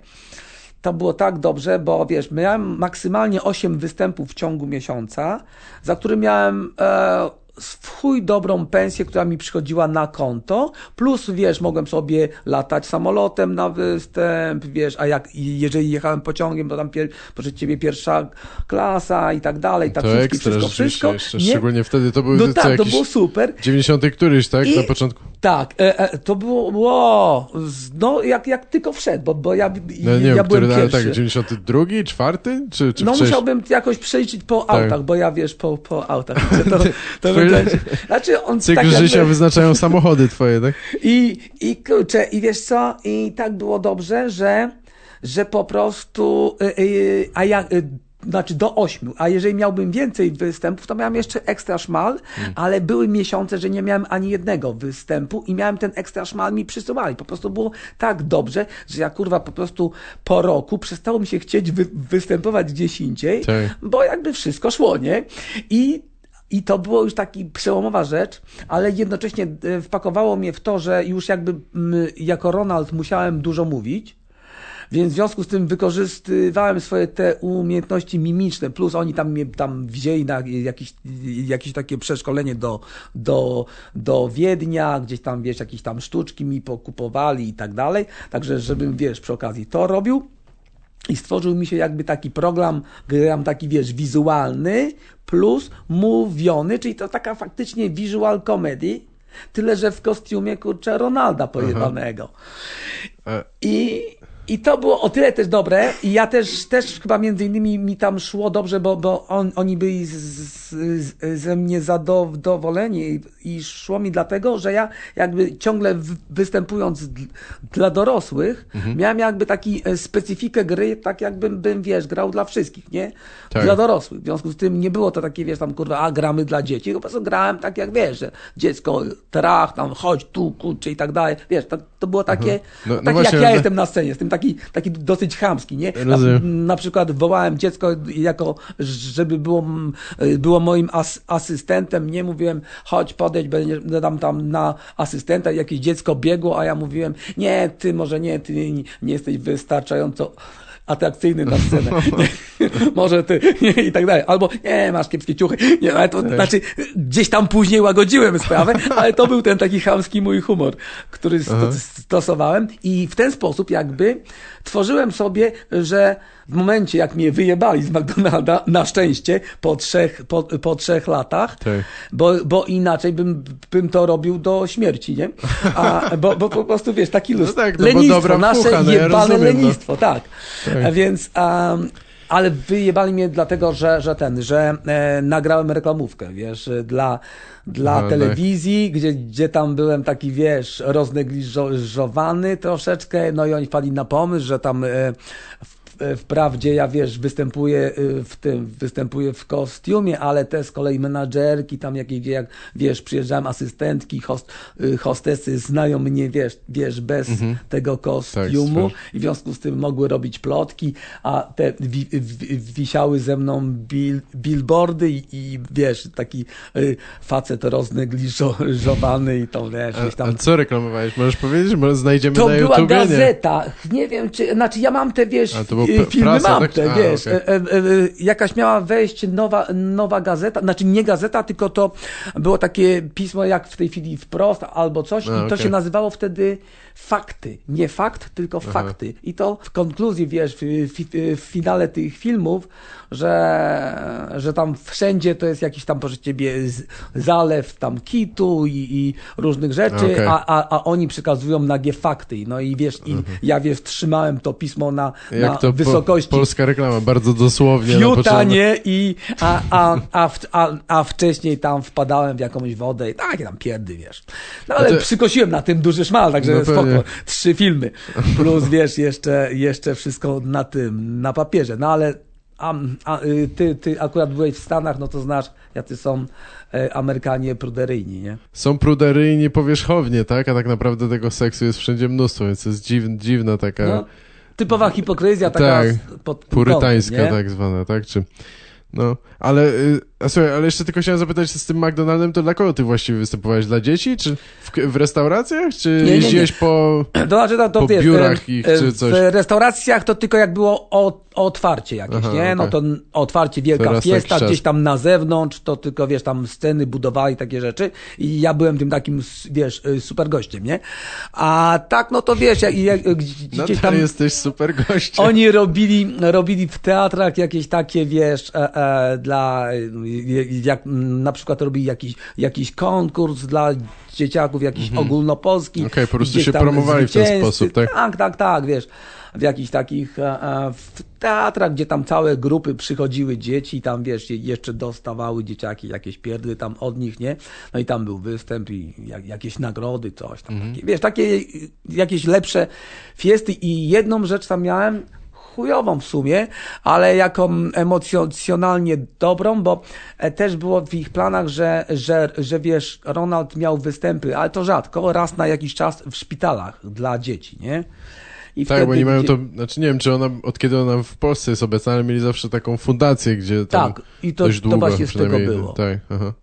to było tak dobrze, bo wiesz, miałem maksymalnie osiem występów w ciągu miesiąca, za który miałem e, w chuj dobrą pensję, która mi przychodziła na konto, plus wiesz, mogłem sobie latać samolotem na występ, wiesz, a jak jeżeli jechałem pociągiem, to tam pier, proszę ciebie pierwsza klasa i tak dalej, tak to wszystko, ekstra, wszystko, wszystko. Jeszcze, szczególnie wtedy to były no to tak, jakieś to było super. dziewięćdziesiąty któryś, tak? I, na początku. Tak, e, e, to było, wow, no jak, jak tylko wszedł, bo, bo ja, no, nie ja wiem, byłem który, pierwszy. Ale tak, dziewięćdziesiąty drugi, czwarty? Czy, czy no wcześniej? musiałbym jakoś przeliczyć po tak. autach, bo ja wiesz, po, po autach. To, to wygląda, znaczy on Cykl tak życia jakby... wyznaczają samochody twoje, tak? I, i kurczę, i wiesz co, i tak było dobrze, że, że po prostu, yy, yy, a ja... Yy, znaczy do ośmiu, a jeżeli miałbym więcej występów, to miałem jeszcze ekstra szmal, hmm. ale były miesiące, że nie miałem ani jednego występu i miałem ten ekstra szmal, mi przysyłali. Po prostu było tak dobrze, że ja kurwa po prostu po roku przestało mi się chcieć wy- występować gdzieś indziej, tak. bo jakby wszystko szło, nie? I I to było już taki przełomowa rzecz, ale jednocześnie wpakowało mnie w to, że już jakby jako Ronald musiałem dużo mówić. Więc w związku z tym wykorzystywałem swoje te umiejętności mimiczne, plus oni tam mnie tam wzięli na jakieś, jakieś takie przeszkolenie do, do, do Wiednia, gdzieś tam, wiesz, jakieś tam sztuczki mi pokupowali i tak dalej. Także żebym, wiesz, przy okazji to robił. I stworzył mi się jakby taki program, gram taki, wiesz, wizualny plus mówiony, czyli to taka faktycznie visual comedy, tyle że w kostiumie, kurczę, Ronalda pojebanego. I... I to było o tyle też dobre i ja też, też chyba między innymi mi tam szło dobrze, bo, bo on, oni byli z, z, ze mnie zadowoleni i, i szło mi dlatego, że ja jakby ciągle występując dla dorosłych, mhm. miałem jakby taki specyfikę gry, tak jakbym, bym, wiesz, grał dla wszystkich, nie? Tak. Dla dorosłych. W związku z tym nie było to takie, wiesz, tam kurwa, a gramy dla dzieci, po prostu grałem tak jak, wiesz, że dziecko, trach, tam chodź tu, kurczę i tak dalej. Wiesz, to, to było takie, no, no takie właśnie, jak ja jestem na scenie, z tym taki, taki dosyć chamski, nie? Na, na przykład wołałem dziecko jako, żeby było, było moim as, asystentem, nie mówiłem, chodź podejdź, będę tam, tam na asystenta, jakieś dziecko biegło, a ja mówiłem, nie, ty może nie, ty nie, nie jesteś wystarczająco atrakcyjny na scenę. Nie, może ty, nie, i tak dalej. Albo nie, masz kiepskie ciuchy. Nie, ale to znaczy gdzieś tam później łagodziłem sprawę, ale to był ten taki chamski mój humor, który st- stosowałem i w ten sposób jakby tworzyłem sobie, że w momencie, jak mnie wyjebali z McDonalda, na szczęście, po trzech, po, po trzech latach, tak. bo, bo inaczej bym, bym to robił do śmierci, nie? A, bo, bo po prostu, wiesz, taki luz. No tak, no lenistwo, nasze fucha, no jebane ja rozumiem, lenistwo, no. tak. tak. Więc... Um, ale wyjebali mnie dlatego, że, że ten, że e, nagrałem reklamówkę, wiesz, dla, dla no, telewizji, tak. gdzie, gdzie tam byłem taki, wiesz, roznegliżowany troszeczkę, no i oni wpadli na pomysł, że tam e, wprawdzie ja wiesz, występuję w tym, występuję w kostiumie, ale te z kolei menadżerki, tam jakieś, jak wiesz, przyjeżdżałem asystentki, host, hostesy znają mnie, wiesz, wiesz bez mhm. tego kostiumu tak, i w związku z tym mogły robić plotki, a te wi, wi, wisiały ze mną bil, billboardy i, i wiesz, taki y, facet roznegliżowany i to wiesz, a, tam... A co reklamowałeś? Możesz powiedzieć? Może znajdziemy to na była YouTubie? Gazeta. Nie? nie wiem, czy... Znaczy ja mam te, wiesz, a, to było filmy prasa, mam tak? te, a, wiesz. Okay. E, e, e, jakaś miała wejść nowa, nowa gazeta, znaczy nie gazeta, tylko to było takie pismo jak w tej chwili Wprost albo coś a, i to okay. się nazywało wtedy Fakty. Nie fakt, tylko Aha. fakty. I to w konkluzji, wiesz, w, w, w finale tych filmów, że, że tam wszędzie to jest jakiś tam, proszę ciebie, zalew tam kitu i, i różnych rzeczy, okay. a, a, a oni przekazują nagie fakty. No i wiesz, i mhm. ja wiesz, trzymałem to pismo na, Jak na to wysokości. Po, polska reklama, bardzo dosłownie. Fiuta, nie? I, a, a, a, w, a, a wcześniej tam wpadałem w jakąś wodę i takie tam pierdy, wiesz. No ale to... przykosiłem na tym duży szmal, także no spoko. Trzy filmy. Plus, wiesz, jeszcze, jeszcze wszystko na tym, na papierze. No ale a, a, ty, ty akurat byłeś w Stanach, no to znasz, jacy są e, Amerykanie pruderyjni, nie? Są pruderyjni powierzchownie, tak? A tak naprawdę tego seksu jest wszędzie mnóstwo, więc to jest dziw, dziwna taka... No, typowa hipokryzja, taka tak, pod purytańska kątem, tak zwana, tak? Czy... No, ale, a słuchaj, ale jeszcze tylko chciałem zapytać, z tym McDonaldem, to dla kogo ty właściwie występowałeś? Dla dzieci? Czy w, w restauracjach? Czy nie, nie, jeździłeś nie. po, to znaczy, to, to po wiesz, biurach ich, czy coś? W restauracjach to tylko jak było o, otwarcie jakieś, Aha, nie? Okay. No to otwarcie, wielka Teraz fiesta, gdzieś tam na zewnątrz, to tylko, wiesz, tam sceny budowali, takie rzeczy i ja byłem tym takim, wiesz, super gościem, nie? A tak, no to wiesz, jak, jak, gdzieś tam... jesteś super gościem. Oni robili, robili w teatrach jakieś takie, wiesz, e, e, dla, jak na przykład robili jakiś, jakiś konkurs dla dzieciaków, jakiś mhm. ogólnopolski. Okej, okay, po prostu się promowali w ten sposób, tak? Tak, tak, tak, wiesz, w jakichś takich e, w teatrach, gdzie tam całe grupy przychodziły dzieci i tam, wiesz, jeszcze dostawały dzieciaki jakieś pierdy tam od nich, nie? No i tam był występ i jak, jakieś nagrody, coś tam, mhm. takie, wiesz, takie jakieś lepsze fiesty i jedną rzecz tam miałem, chujową w sumie, ale jaką emocjonalnie dobrą, bo też było w ich planach, że, że, że wiesz, Ronald miał występy, ale to rzadko, raz na jakiś czas w szpitalach dla dzieci, nie? I tak, wtedy, bo oni mają to, znaczy nie wiem, czy ona, od kiedy ona w Polsce jest obecna, ale mieli zawsze taką fundację, gdzie tam tak, i to, dość długo, to właśnie z tego było. Tak, aha.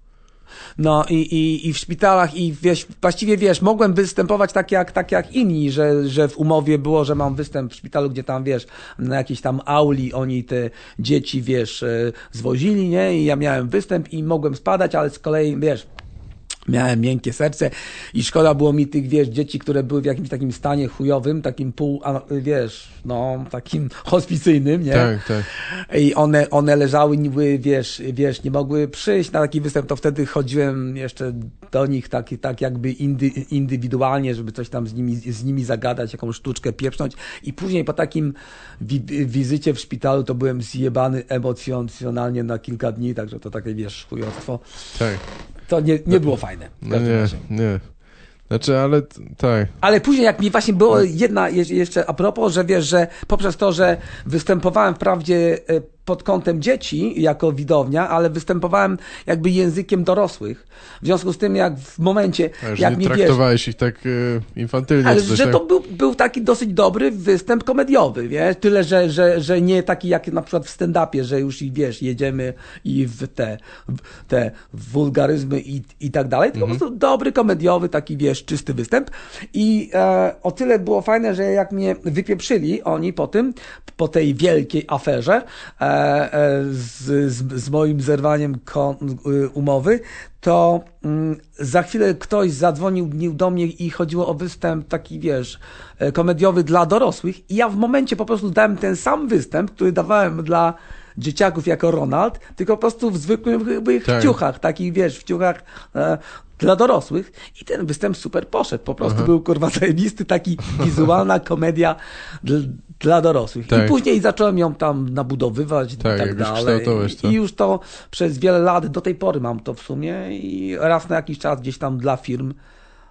No i, i, i w szpitalach i wiesz, właściwie wiesz, mogłem występować tak jak, tak jak inni, że, że w umowie było, że mam występ w szpitalu, gdzie tam wiesz, na jakiejś tam auli oni te dzieci, wiesz, zwozili, nie? I ja miałem występ i mogłem spadać, ale z kolei, wiesz, miałem miękkie serce i szkoda było mi tych, wiesz, dzieci, które były w jakimś takim stanie chujowym, takim pół, wiesz, no, takim hospicyjnym, nie? Tak, tak. I one, one leżały, niby, wiesz, wiesz, nie mogły przyjść na taki występ, to wtedy chodziłem jeszcze do nich tak, tak jakby indy, indywidualnie, żeby coś tam z nimi, z nimi zagadać, jakąś sztuczkę pieprznąć i później po takim wi wizycie w szpitalu to byłem zjebany emocjonalnie na kilka dni, także to takie, wiesz, chujostwo. Tak. To nie, nie było fajne. No nie, razie. nie. Znaczy, ale tak. Ale później, jak mi właśnie było jedna jeszcze a propos, że wiesz, że poprzez to, że występowałem wprawdzie pod kątem dzieci jako widownia, ale występowałem jakby językiem dorosłych. W związku z tym, jak w momencie, A, jak nie mi traktowałeś wiesz, ich tak y, infantylnie. ale coś że tak... to był, był taki dosyć dobry występ komediowy, wiesz? Tyle, że, że, że nie taki jak na przykład w stand-upie, że już i wiesz, jedziemy i w te, w te wulgaryzmy i, i tak dalej, tylko mm-hmm. po prostu dobry, komediowy, taki wiesz, czysty występ. I e, o tyle było fajne, że jak mnie wypieprzyli oni po tym, po tej wielkiej aferze, e, Z, z, z moim zerwaniem kon, umowy, to mm, za chwilę ktoś zadzwonił do mnie i chodziło o występ taki, wiesz, komediowy dla dorosłych i ja w momencie po prostu dałem ten sam występ, który dawałem dla dzieciaków jako Ronald, tylko po prostu w zwykłych tak. ciuchach, takich, wiesz, w ciuchach e, dla dorosłych i ten występ super poszedł, po prostu Aha. był, kurwa, zajebisty, taki wizualna komedia dla, dla dorosłych. Tak. I później zacząłem ją tam nabudowywać tak, i tak dalej. I już to przez wiele lat, do tej pory mam to w sumie i raz na jakiś czas gdzieś tam dla firm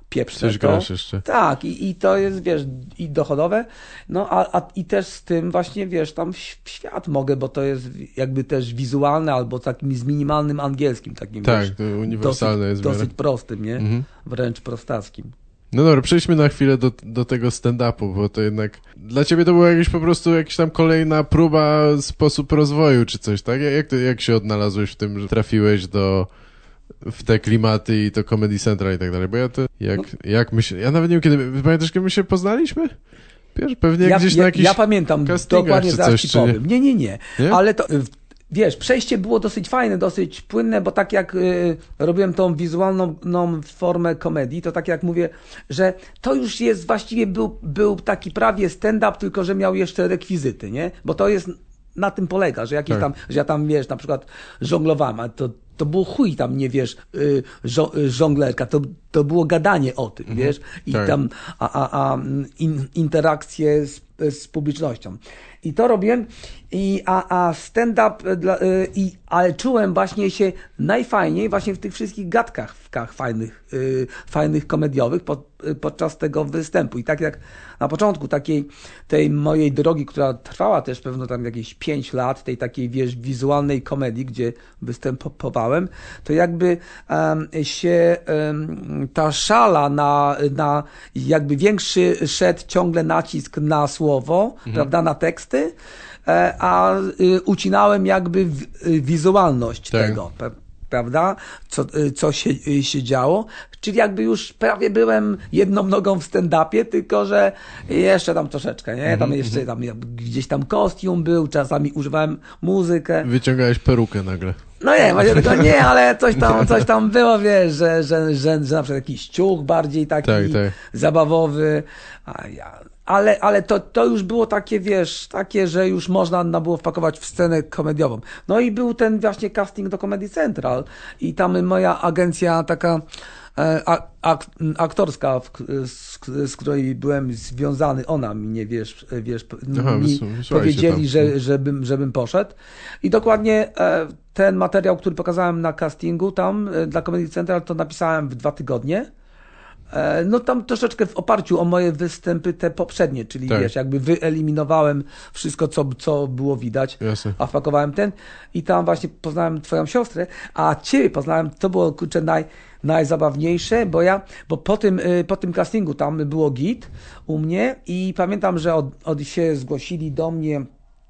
pieprznę Coś to. grasz jeszcze. Tak, i, i to jest, wiesz, i dochodowe, no a, a i też z tym właśnie, wiesz, tam w, w świat mogę, bo to jest jakby też wizualne, albo takim z minimalnym angielskim, takim, tak, wiesz, to uniwersalne dosyć, jest w miarę. dosyć prostym, nie? Mhm. Wręcz prostackim. No dobra, przejdźmy na chwilę do, do tego stand-upu, bo to jednak dla ciebie to była jakieś po prostu jakaś tam kolejna próba, sposób rozwoju czy coś, tak? Jak, to, jak się odnalazłeś w tym, że trafiłeś do w te klimaty i to Comedy Central i tak dalej, bo ja to, jak, no. jak my się, ja nawet nie wiem kiedy, pamiętasz kiedy my się poznaliśmy? Wiesz, pewnie ja, gdzieś ja, na jakichś Ja pamiętam, dokładnie zaraz ci powiem. Nie, nie, nie, nie? Ale to... Wiesz, przejście było dosyć fajne, dosyć płynne, bo tak jak y, robiłem tą wizualną no, formę komedii, to tak jak mówię, że to już jest właściwie był, był taki prawie stand-up, tylko że miał jeszcze rekwizyty, nie? Bo to jest, na tym polega, że jakieś tak. tam, że ja tam, wiesz, na przykład żonglowałem, a to to było chuj tam, nie wiesz, y, żo, y, żonglerka, to, to było gadanie o tym, mhm. wiesz, i tak. tam a, a, a in, interakcje z, z publicznością. I to robiłem, i, a, a stand-up, dla, y, i, ale czułem właśnie się najfajniej właśnie w tych wszystkich gadkach fajnych, y, fajnych komediowych pod, y, podczas tego występu. I tak jak na początku takiej tej mojej drogi, która trwała też pewno tam jakieś pięć lat, tej takiej, wiesz, wizualnej komedii, gdzie występowałem, to jakby um, się um, ta szala na, na jakby większy szedł ciągle nacisk na słowo, mhm. prawda, na teksty, a y, ucinałem jakby w, y, wizualność tak. tego, prawda, co, y, co się, y, się działo, czyli jakby już prawie byłem jedną nogą w stand-upie, tylko że jeszcze tam troszeczkę, nie, tam mm-hmm. jeszcze tam gdzieś tam kostium był, czasami używałem muzykę. Wyciągałeś perukę nagle. No nie, właśnie tylko nie, ale coś tam, coś tam było, wiesz, że, że, że, że na przykład jakiś ciuch bardziej taki tak, tak. zabawowy, a ja... Ale, ale to, to już było takie, wiesz, takie, że już można było wpakować w scenę komediową. No i był ten właśnie casting do Comedy Central i tam moja agencja taka e, ak, aktorska, w, z, z której byłem związany, ona mi nie, wiesz, wiesz Aha, mi powiedzieli, że, żebym, żebym poszedł. I dokładnie e, ten materiał, który pokazałem na castingu tam e, dla Comedy Central, to napisałem w dwa tygodnie. No tam troszeczkę w oparciu o moje występy te poprzednie, czyli tak. wiesz, jakby wyeliminowałem wszystko, co, co było widać, Jasne. a wpakowałem ten i tam właśnie poznałem twoją siostrę, a ciebie poznałem, to było kurczę naj, najzabawniejsze, bo ja, bo po tym, po tym castingu tam było git u mnie i pamiętam, że od, od się zgłosili do mnie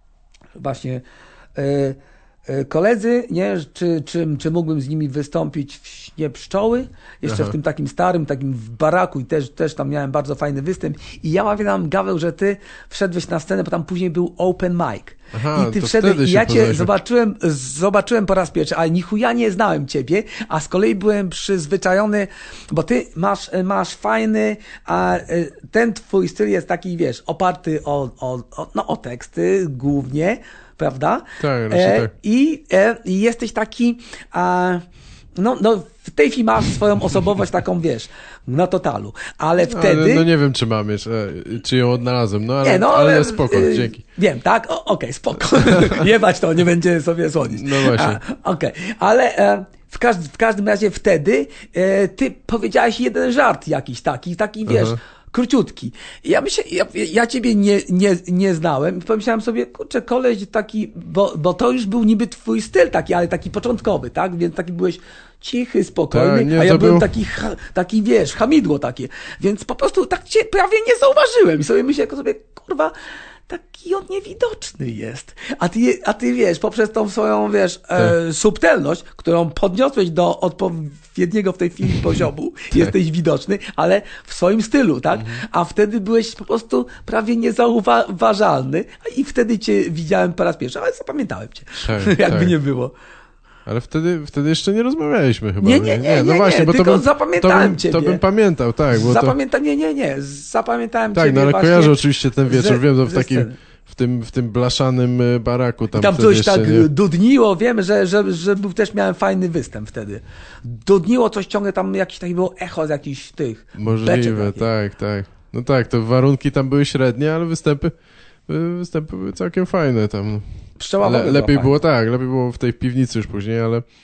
właśnie yy, koledzy, nie, czy, czy, czy mógłbym z nimi wystąpić w Śnie Pszczoły, jeszcze Aha. w tym takim starym, takim w baraku i też, też tam miałem bardzo fajny występ i ja pamiętam, Gaweł, że ty wszedłeś na scenę, bo tam później był open mic. Aha, i ty wszedłeś i ja cię zobaczyłem, zobaczyłem po raz pierwszy, ale nichuja nie znałem ciebie, a z kolei byłem przyzwyczajony, bo ty masz, masz fajny, a ten twój styl jest taki, wiesz, oparty o, o, o, no, o teksty głównie, prawda? Tak, e, tak. I, e, I jesteś taki, a, no, no w tej chwili masz swoją osobowość taką, wiesz, na totalu, ale wtedy... Ale no nie wiem, czy mam jeszcze, czy ją odnalazłem, no ale, nie, no, ale, ale spoko, y, dzięki. Wiem, tak? Okej, okay, spoko. Jebać to, nie będzie sobie słodzić. No właśnie. Okej, okay. ale... E, W, każd w każdym razie wtedy e, ty powiedziałeś jeden żart jakiś taki, taki wiesz, Aha. króciutki. Ja myślę, ja, ja ciebie nie, nie, nie znałem i pomyślałem sobie, kurczę, koleś taki, bo, bo to już był niby twój styl taki, ale taki początkowy, tak? Więc taki byłeś cichy, spokojny, tak, nie, a ja byłem był... taki, ha, taki, wiesz, hamidło takie. Więc po prostu tak cię prawie nie zauważyłem i sobie myślę sobie, kurwa, taki on niewidoczny jest. A ty, a ty wiesz, poprzez tą swoją, wiesz, tak. e, subtelność, którą podniosłeś do odpowiedniego w tej chwili poziomu, tak. jesteś widoczny, ale w swoim stylu, tak? Mhm. A wtedy byłeś po prostu prawie niezauważalny i wtedy cię widziałem po raz pierwszy, ale zapamiętałem cię. Tak, Jakby tak. nie było. Ale wtedy, wtedy jeszcze nie rozmawialiśmy chyba. Nie, nie, nie, nie, no nie, właśnie, nie, bo tylko to bym, zapamiętałem to bym, ciebie. To bym pamiętał, tak. Bo Zapamięta, to... nie, nie, nie, zapamiętałem tak, ciebie. Tak, no ale właśnie kojarzę oczywiście ten wieczór, ze, wiem, to w takim, w tym, w tym blaszanym baraku. Tam, I tam coś tak nie... dudniło, wiem, że, że, że był, też miałem fajny występ wtedy. Dudniło coś ciągle, tam jakieś takie było echo z jakichś tych Możliwe, tak, tak. No tak, to warunki tam były średnie, ale występy, występy były całkiem fajne tam. Pszczoła Le, lepiej było, tak, lepiej było w tej piwnicy już później, ale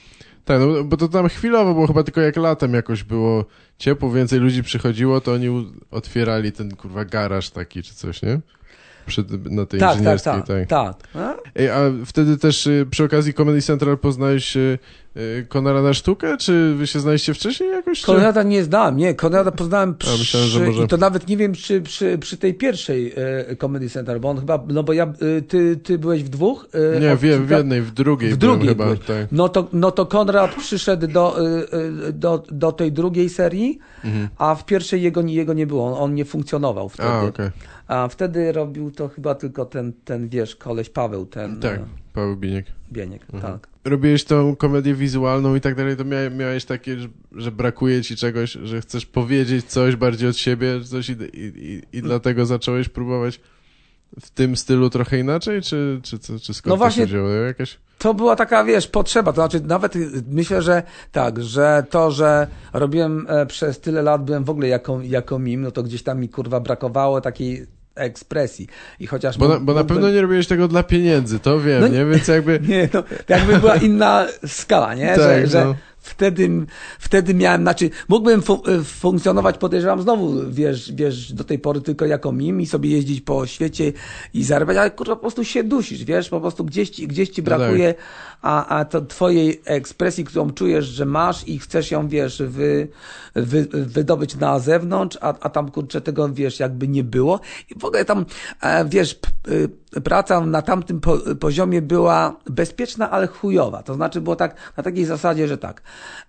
Tak, no, bo to tam chwilowo było, chyba tylko jak latem jakoś było ciepło, więcej ludzi przychodziło, to oni u- otwierali ten, kurwa, garaż taki czy coś, nie? Przy, na tej Tak, tak, inżynierskiej. tak, tak. A? Ej, a wtedy też y, przy okazji Comedy Central poznałeś y, y, Konrada Sztukę, czy wy się znaliście wcześniej jakoś? Czy... Konrada nie znałem, nie, Konrada poznałem przy, A, myślałem, że może- i to nawet nie wiem, czy przy, przy tej pierwszej e, Comedy Center, bo on chyba, no bo ja, e, ty, ty byłeś w dwóch? E, Nie, od- w, w jednej, w drugiej W byłem drugiej chyba. byłeś. Tak. No to, no to Konrad przyszedł do, e, e, do, do tej drugiej serii, Mhm. a w pierwszej jego, jego nie było, on, on nie funkcjonował wtedy. A, okej. A wtedy robił to chyba tylko ten, ten wiesz, koleś Paweł, ten Tak, e, Paweł Biniek. Bieniek, Mhm. tak. Robiłeś tą komedię wizualną i tak dalej, to mia, miałeś takie, że, że brakuje ci czegoś, że chcesz powiedzieć coś bardziej od siebie, coś i, i, i, i dlatego zacząłeś próbować w tym stylu trochę inaczej, czy, czy, czy, czy skąd No to właśnie- się wzięło? Jakaś... To była taka, wiesz, potrzeba, to znaczy nawet y, myślę, że tak, że to, że robiłem e, przez tyle lat, byłem w ogóle jako, jako mim, no to gdzieś tam mi kurwa brakowało takiej ekspresji i chociaż... Bo na, mógł- bo na mógłbym- pewno nie robiłeś tego dla pieniędzy, to wiem, No nie? Więc jakby... Nie, no, to jakby była inna skala, nie? Tak, że, że no. wtedy, wtedy miałem, znaczy mógłbym fu- funkcjonować, podejrzewam znowu, wiesz, wiesz, do tej pory tylko jako mim i sobie jeździć po świecie i zarabiać, ale kurwa po prostu się dusisz, wiesz, po prostu gdzieś ci, gdzieś ci No tak. brakuje, a, a to twojej ekspresji, którą czujesz, że masz i chcesz ją, wiesz, wy, wy, wydobyć na zewnątrz, a, a tam, kurczę, tego, wiesz, jakby nie było. I w ogóle tam, e, wiesz, p, y, praca na tamtym po, poziomie była bezpieczna, ale chujowa. To znaczy było tak, na takiej zasadzie, że tak,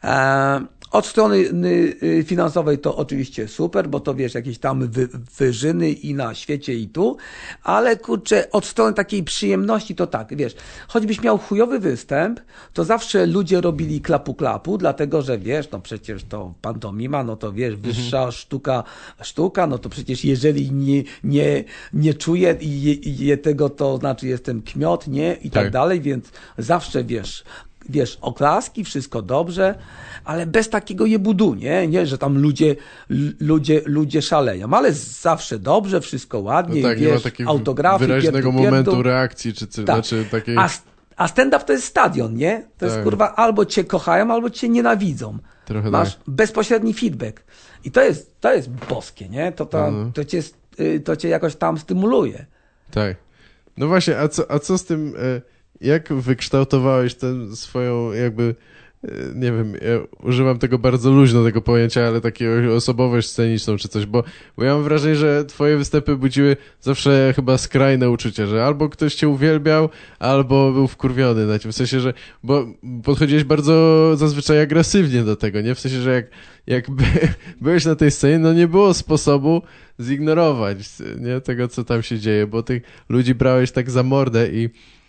e, od strony y, finansowej to oczywiście super, bo to wiesz, jakieś tam wy, wyżyny i na świecie i tu, ale kurczę, od strony takiej przyjemności to tak, wiesz, choćbyś miał chujowy występ, to zawsze ludzie robili klapu klapu, dlatego, że wiesz, no przecież to pantomima, no to wiesz, wyższa mhm. sztuka, sztuka, no to przecież jeżeli nie, nie, nie czuję i je, i je tego, to znaczy jestem kmiot, nie, i tak, tak dalej, więc zawsze wiesz, wiesz, oklaski, wszystko dobrze, ale bez takiego jebudu, nie? Nie, że tam ludzie, ludzie, ludzie szaleją, ale zawsze dobrze, wszystko ładnie, No tak, wiesz, nie ma takiego autografy, wyraźnego pierdu, momentu pierdu. reakcji, czy coś, Tak. znaczy takiej... A, a stand-up to jest stadion, nie? To tak. jest kurwa, albo cię kochają, albo cię nienawidzą. Trochę Masz tak. bezpośredni feedback. I to jest, to jest boskie, nie? To, to, no, no. to, cię, to cię jakoś tam stymuluje. Tak. No właśnie, a co, a co z tym... E... Jak wykształtowałeś tę swoją jakby, nie wiem, ja używam tego bardzo luźno, tego pojęcia, ale taką osobowość sceniczną czy coś, bo, bo ja mam wrażenie, że twoje występy budziły zawsze chyba skrajne uczucia, że albo ktoś cię uwielbiał, albo był wkurwiony na ciebie, w sensie, że, bo podchodziłeś bardzo zazwyczaj agresywnie do tego, nie? W sensie, że jak, jak by, byłeś na tej scenie, no nie było sposobu zignorować, nie? Tego, co tam się dzieje, bo tych ludzi brałeś tak za mordę i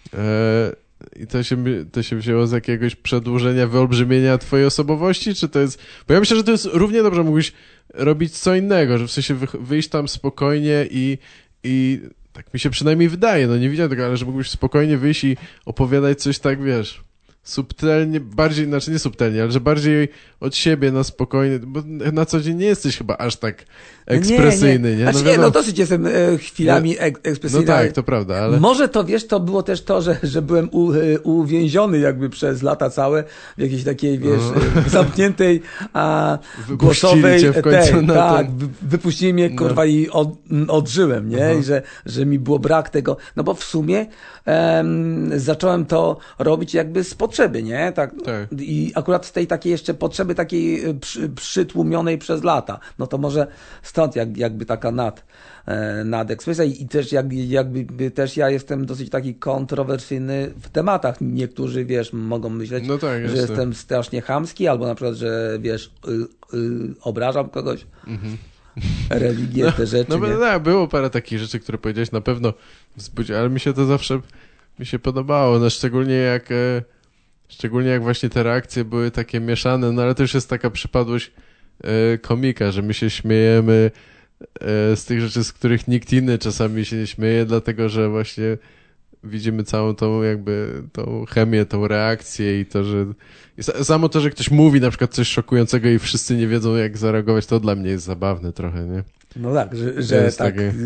I to się, to się wzięło z jakiegoś przedłużenia, wyolbrzymienia twojej osobowości, czy to jest... Bo ja myślę, że to jest równie dobrze, mógłbyś robić co innego, że w sensie wy, wyjść tam spokojnie i, i tak mi się przynajmniej wydaje, no nie widziałem tego, ale że mógłbyś spokojnie wyjść i opowiadać coś tak, wiesz, subtelnie, bardziej, znaczy nie subtelnie, ale że bardziej od siebie na spokojnie, bo na co dzień nie jesteś chyba aż tak ekspresyjny, nie? nie? nie? Znaczy No, nie, no dosyć jestem e, chwilami no, ek- ekspresyjny. No tak, to prawda, ale... Może to, wiesz, to było też to, że, że byłem u, e, uwięziony jakby przez lata całe w jakiejś takiej, wiesz, e, zamkniętej, a głosowej... cię w końcu tej, na tak, ten... wy, wypuścili mnie, kurwa, no. i od, odżyłem, nie? Aha. I że, że mi było brak tego, no bo w sumie em, zacząłem to robić jakby z potrzeby, nie? Tak. tak. I akurat z tej takiej jeszcze potrzeby takiej przy, przytłumionej przez lata. No to może stąd jak, jakby taka nad, nadekspresja i też jak, jakby też ja jestem dosyć taki kontrowersyjny w tematach. Niektórzy, wiesz, mogą myśleć, no tak, że jestem strasznie chamski, albo na przykład, że wiesz, y, y, obrażam kogoś. Mhm. Religię, no, te rzeczy. No, nie? no było parę takich rzeczy, które powiedziałeś na pewno wzbudziło, ale mi się to zawsze mi się podobało, no szczególnie jak szczególnie jak właśnie te reakcje były takie mieszane, no ale to już jest taka przypadłość e, komika, że my się śmiejemy e, z tych rzeczy, z których nikt inny czasami się nie śmieje, dlatego że właśnie widzimy całą tą jakby tą chemię, tą reakcję i to, że i samo to, że ktoś mówi na przykład coś szokującego i wszyscy nie wiedzą jak zareagować, to dla mnie jest zabawne trochę, nie? No tak, że, że tak, takie...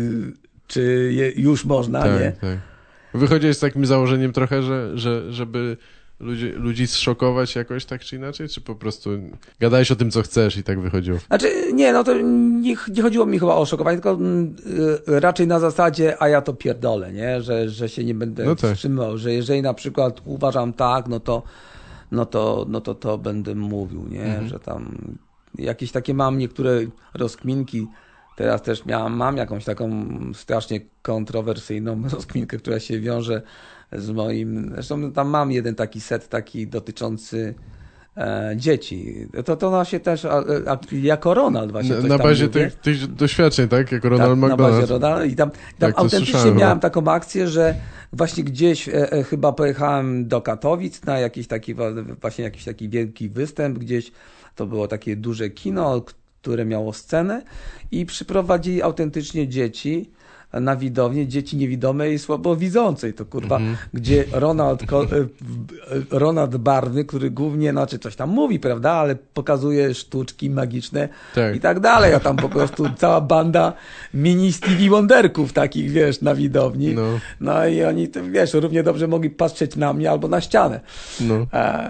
czy je, już można, tak, nie? Tak. Wychodziłeś z takim założeniem trochę, że, że żeby ludzi, ludzi zszokować jakoś tak czy inaczej, czy po prostu gadałeś o tym, co chcesz i tak wychodziło? Znaczy, nie, no to nie, nie chodziło mi chyba o szokowanie, tylko y, raczej na zasadzie, a ja to pierdolę, nie? Że, że się nie będę no tak. wstrzymywał, że jeżeli na przykład uważam tak, no to no to, no to, to będę mówił, nie? Mhm. Że tam jakieś takie mam niektóre rozkminki. Teraz też miałam, mam jakąś taką strasznie kontrowersyjną rozkminkę, która się wiąże z moim... Zresztą tam mam jeden taki set taki dotyczący e, dzieci. To, to no się też a, a, jako Ronald właśnie Na, coś na tam bazie mówię. tych, tych doświadczeń, tak? Jako Ronald tak, McDonald. Na bazie Ronald. I tam, tam tak, autentycznie miałem taką akcję, że właśnie gdzieś e, e, chyba pojechałem do Katowic na jakiś taki właśnie jakiś taki wielki występ, gdzieś to było takie duże kino, które miało scenę i przyprowadzili autentycznie dzieci na widownię, dzieci niewidome i słabowidzącej. To kurwa, mm-hmm. gdzie Ronald, Ronald Barny, który głównie, znaczy coś tam mówi, prawda, ale pokazuje sztuczki magiczne tak. i tak dalej. A tam po prostu cała banda mini Stevie Wonderków takich, wiesz, na widowni. No, no i oni, wiesz, równie dobrze mogli patrzeć na mnie albo na ścianę. No,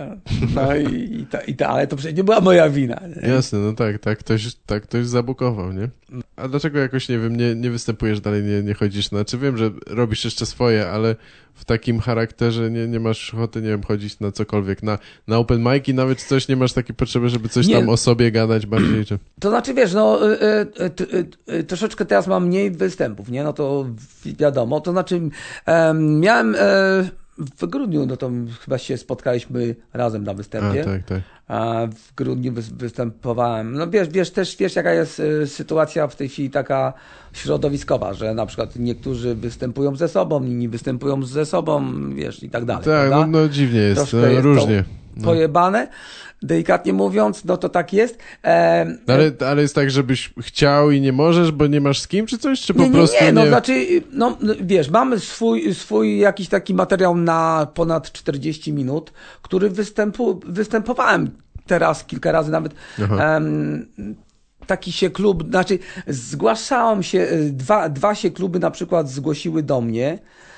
no i, i, ta, i ta, ale to przecież nie była moja wina. Nie? Jasne, no tak, tak ktoś, tak ktoś zabukował, nie? A dlaczego jakoś, nie wiem, nie, nie występujesz dalej, nie, nie chodzisz? Znaczy wiem, że robisz jeszcze swoje, ale w takim charakterze nie, nie masz ochoty, nie wiem, chodzić na cokolwiek, na, na open mic i nawet coś nie masz takiej potrzeby, żeby coś nie. tam o sobie gadać bardziej, czy... To znaczy, wiesz, no y, y, y, y, troszeczkę teraz mam mniej występów, nie? No to wiadomo, to znaczy y, miałem... Y, w grudniu, no to chyba się spotkaliśmy razem na występie. A, tak, tak. A w grudniu występowałem. No wiesz, wiesz, też wiesz, jaka jest sytuacja w tej chwili taka środowiskowa, że na przykład niektórzy występują ze sobą, inni występują ze sobą, wiesz, i tak dalej. Tak, no, no dziwnie jest, no, jest różnie. To pojebane. Delikatnie mówiąc, no to tak jest. E, ale, ale jest tak, żebyś chciał i nie możesz, bo nie masz z kim, czy coś? Czy po nie, prostu nie, nie, nie? no znaczy, no wiesz, mamy swój, swój jakiś taki materiał na ponad czterdzieści minut, który występu, występowałem teraz kilka razy nawet. Um, taki się klub, znaczy zgłaszałem się, dwa, dwa się kluby na przykład zgłosiły do mnie,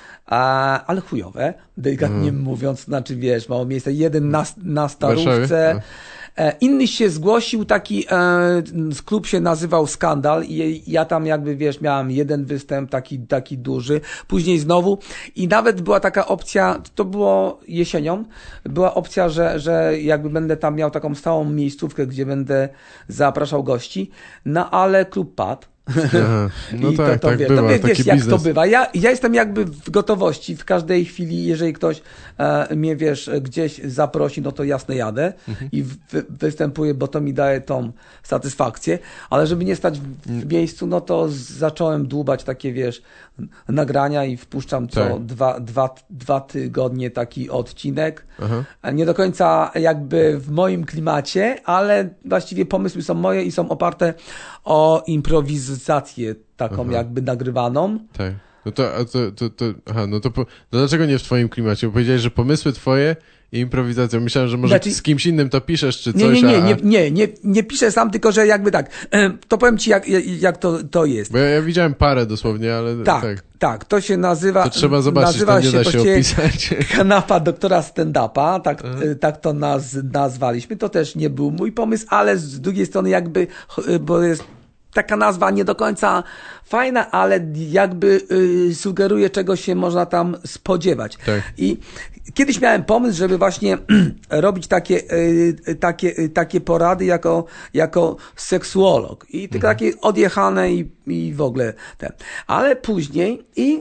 A, ale chujowe, delikatnie mm. mówiąc, znaczy wiesz, mało miejsca, jeden na, na Starówce, e, inny się zgłosił, taki e, klub się nazywał Skandal i ja tam jakby wiesz, miałem jeden występ taki, taki duży, później znowu i nawet była taka opcja, to było jesienią, była opcja, że, że jakby będę tam miał taką stałą miejscówkę, gdzie będę zapraszał gości, no ale klub padł. Aha, no I tak, to, to tak wie, bywa, no, wiesz, taki jak biznes. to bywa. Ja, ja jestem jakby w gotowości w każdej chwili, jeżeli ktoś e, mnie, wiesz, gdzieś zaprosi, no to jasne jadę mhm. i wy, występuję, bo to mi daje tą satysfakcję, ale żeby nie stać w, w miejscu, no to zacząłem dłubać takie, wiesz, nagrania i wpuszczam co tak. dwa, dwa, dwa tygodnie taki odcinek. Aha. Nie do końca jakby w moim klimacie, ale właściwie pomysły są moje i są oparte o improwizację taką aha. jakby nagrywaną. Tak. No to, to, to, to aha, no to, po, to dlaczego nie w twoim klimacie? Bo powiedziałeś, że pomysły twoje i improwizacja. Myślałem, że może znaczy, z kimś innym to piszesz, czy coś. Nie, nie, nie, a... nie, nie, nie, nie piszę sam, tylko że jakby tak, to powiem ci jak, jak to, to jest. Bo ja, ja widziałem parę dosłownie, ale tak. tak. Tak, to się nazywa... To trzeba zobaczyć, nazywa to nie da się, się opisać. Kanapa doktora stand-upa, tak, tak to naz, nazwaliśmy. To też nie był mój pomysł, ale z drugiej strony jakby, bo jest taka nazwa nie do końca fajna, ale jakby y, sugeruje, czego się można tam spodziewać. Tak. I kiedyś miałem pomysł, żeby właśnie robić takie, y, takie, y, takie porady jako, jako seksuolog. I tylko mhm. takie odjechane i, i w ogóle ten. Ale później i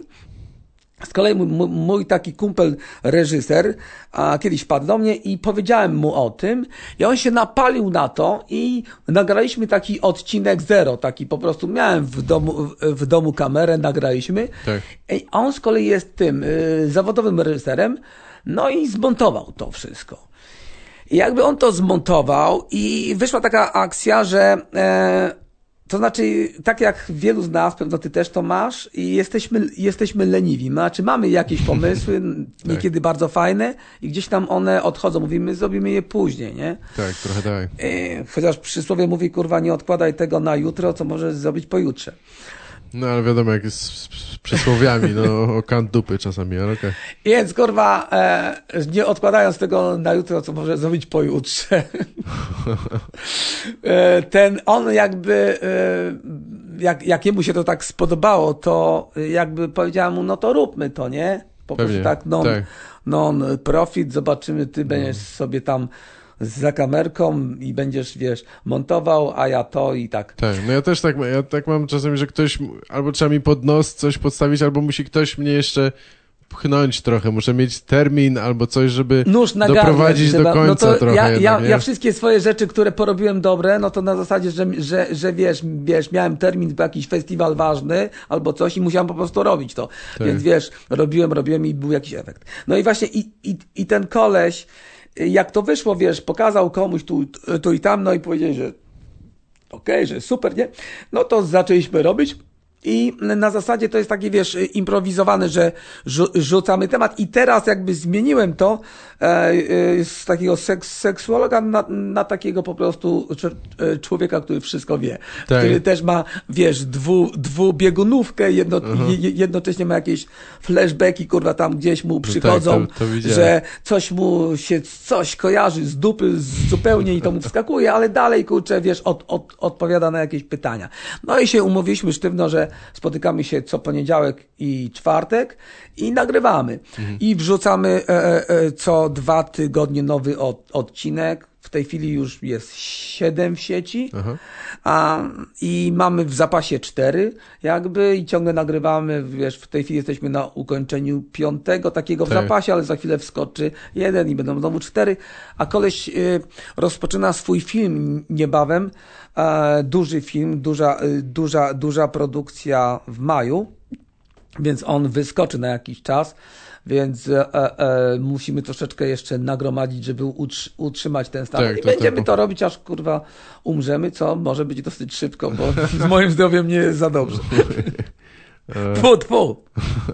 z kolei mój, mój taki kumpel, reżyser, a kiedyś wpadł do mnie i powiedziałem mu o tym i on się napalił na to i nagraliśmy taki odcinek zero, taki po prostu miałem w domu, w, w domu kamerę, nagraliśmy. Tak. I on z kolei jest tym y, zawodowym reżyserem, no i zmontował to wszystko. I jakby on to zmontował i wyszła taka akcja, że e, to znaczy, tak jak wielu z nas, pewno ty też to masz i jesteśmy, jesteśmy leniwi. Znaczy mamy jakieś pomysły, niekiedy tak. bardzo fajne i gdzieś tam one odchodzą. Mówimy, zrobimy je później, nie? Tak, trochę tak. I, chociaż przysłowie mówi, kurwa, nie odkładaj tego na jutro, co możesz zrobić pojutrze. No ale wiadomo, jak jest z, z przysłowiami, no o kant dupy czasami, ale okej. Okay. Więc kurwa, e, nie odkładając tego na jutro, co może zrobić pojutrze, e, ten on jakby, e, jak, jak jemu się to tak spodobało, to jakby powiedziałem mu, no to róbmy to, nie? Po Pewnie, prostu tak, non, tak. non profit, zobaczymy, ty będziesz no. sobie tam za kamerką i będziesz, wiesz, montował, a ja to i tak. Tak, no ja też tak, ja tak mam czasami, że ktoś, albo trzeba mi pod nos coś podstawić, albo musi ktoś mnie jeszcze pchnąć trochę, muszę mieć termin albo coś, żeby Nóż na doprowadzić gardle, do końca no to trochę. Ja, jednak, ja, ja wszystkie swoje rzeczy, które porobiłem dobre, no to na zasadzie, że, że, że wiesz, wiesz, miałem termin, jakiś festiwal ważny albo coś i musiałem po prostu robić to. Tak. Więc wiesz, robiłem, robiłem i był jakiś efekt. No i właśnie i, i, i ten koleś, jak to wyszło, wiesz, pokazał komuś tu, tu i tam, no i powiedzieli, że okej, okay, że super, nie? No to zaczęliśmy robić i na zasadzie to jest takie, wiesz, improwizowane, że rzucamy temat i teraz jakby zmieniłem to e, z takiego seks, seksuologa na, na takiego po prostu człowieka, który wszystko wie. Tak. Który też ma, wiesz, dwu, dwubiegunówkę, jedno, uh-huh. jednocześnie ma jakieś flashbacki, kurwa, tam gdzieś mu przychodzą, tak, to, to że coś mu się, coś kojarzy z dupy zupełnie i to mu wskakuje, ale dalej, kurczę, wiesz, od, od, odpowiada na jakieś pytania. No i się umówiliśmy sztywno, że spotykamy się co poniedziałek i czwartek i nagrywamy. Mhm. I wrzucamy e, e, co dwa tygodnie nowy od, odcinek. W tej chwili już jest siedem w sieci. Aha. A, i mamy w zapasie cztery jakby i ciągle nagrywamy, wiesz, w tej chwili jesteśmy na ukończeniu piątego takiego w tak. zapasie, ale za chwilę wskoczy jeden i będą znowu cztery, a koleś y, rozpoczyna swój film niebawem, e, duży film, duża, y, duża, duża produkcja w maju, więc on wyskoczy na jakiś czas. Więc e, e, musimy troszeczkę jeszcze nagromadzić, żeby utrzy- utrzymać ten stan. Tak, I to będziemy tak. to robić, aż kurwa umrzemy, co może być dosyć szybko, bo z moim zdrowiem nie jest za dobrze. Tfu, tfu.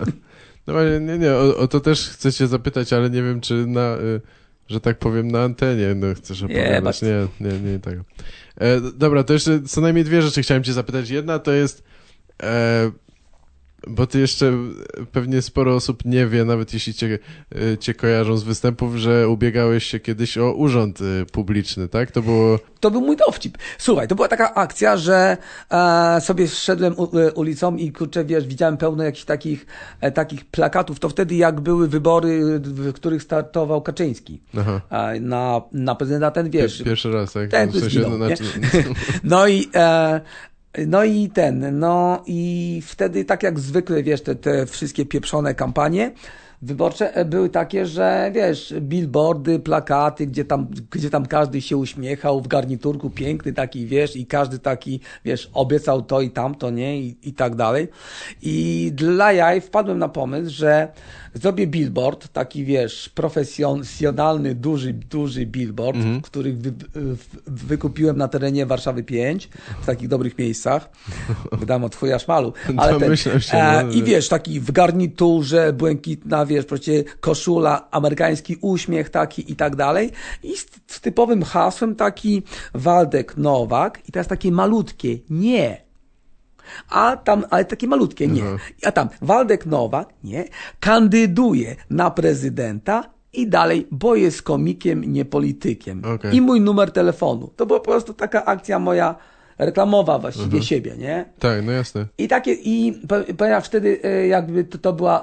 No nie, nie, o, o to też chcę cię zapytać, ale nie wiem, czy na, y, że tak powiem, na antenie no, chcesz opowiadać. Nie, nie, nie, nie tego. E, dobra, to jeszcze co najmniej dwie rzeczy chciałem cię zapytać. Jedna to jest... E, Bo ty jeszcze pewnie sporo osób nie wie, nawet jeśli cię, cię kojarzą z występów, że ubiegałeś się kiedyś o urząd publiczny, tak? To było... To był mój dowcip. Słuchaj, to była taka akcja, że e, sobie szedłem u, ulicą i kurczę, wiesz, widziałem pełno jakichś takich, e, takich plakatów. To wtedy jak były wybory, w których startował Kaczyński. Aha. E, na, na prezydenta, ten wiesz... Pierwszy raz, tak? Ten, w sensie, zginął, no, no i... E, No i ten, no i wtedy tak jak zwykle, wiesz, te, te wszystkie pieprzone kampanie wyborcze były takie, że wiesz, billboardy, plakaty, gdzie tam, gdzie tam każdy się uśmiechał w garniturku piękny taki, wiesz, i każdy taki, wiesz, obiecał to i tamto, nie, i, i tak dalej. I dla jaj wpadłem na pomysł, że zrobię billboard, taki, wiesz, profesjonalny, duży, duży billboard, mm-hmm. który wy, wy, wykupiłem na terenie Warszawy pięć, w takich dobrych miejscach. Wydam od chuja szmalu. Ale ten, się, e, no, I wiesz, taki w garniturze, błękitna, wiesz, przecież koszula, amerykański uśmiech taki i tak dalej. I z, z typowym hasłem taki Waldek Nowak i teraz takie malutkie, nie. A tam, ale takie malutkie, nie. A tam Waldek Nowak, nie, kandyduje na prezydenta i dalej, bo jest komikiem, nie politykiem. Okay. I mój numer telefonu. To była po prostu taka akcja moja reklamowa właściwie mhm. siebie, nie? Tak, no jasne. I takie, i ponieważ wtedy jakby to, to była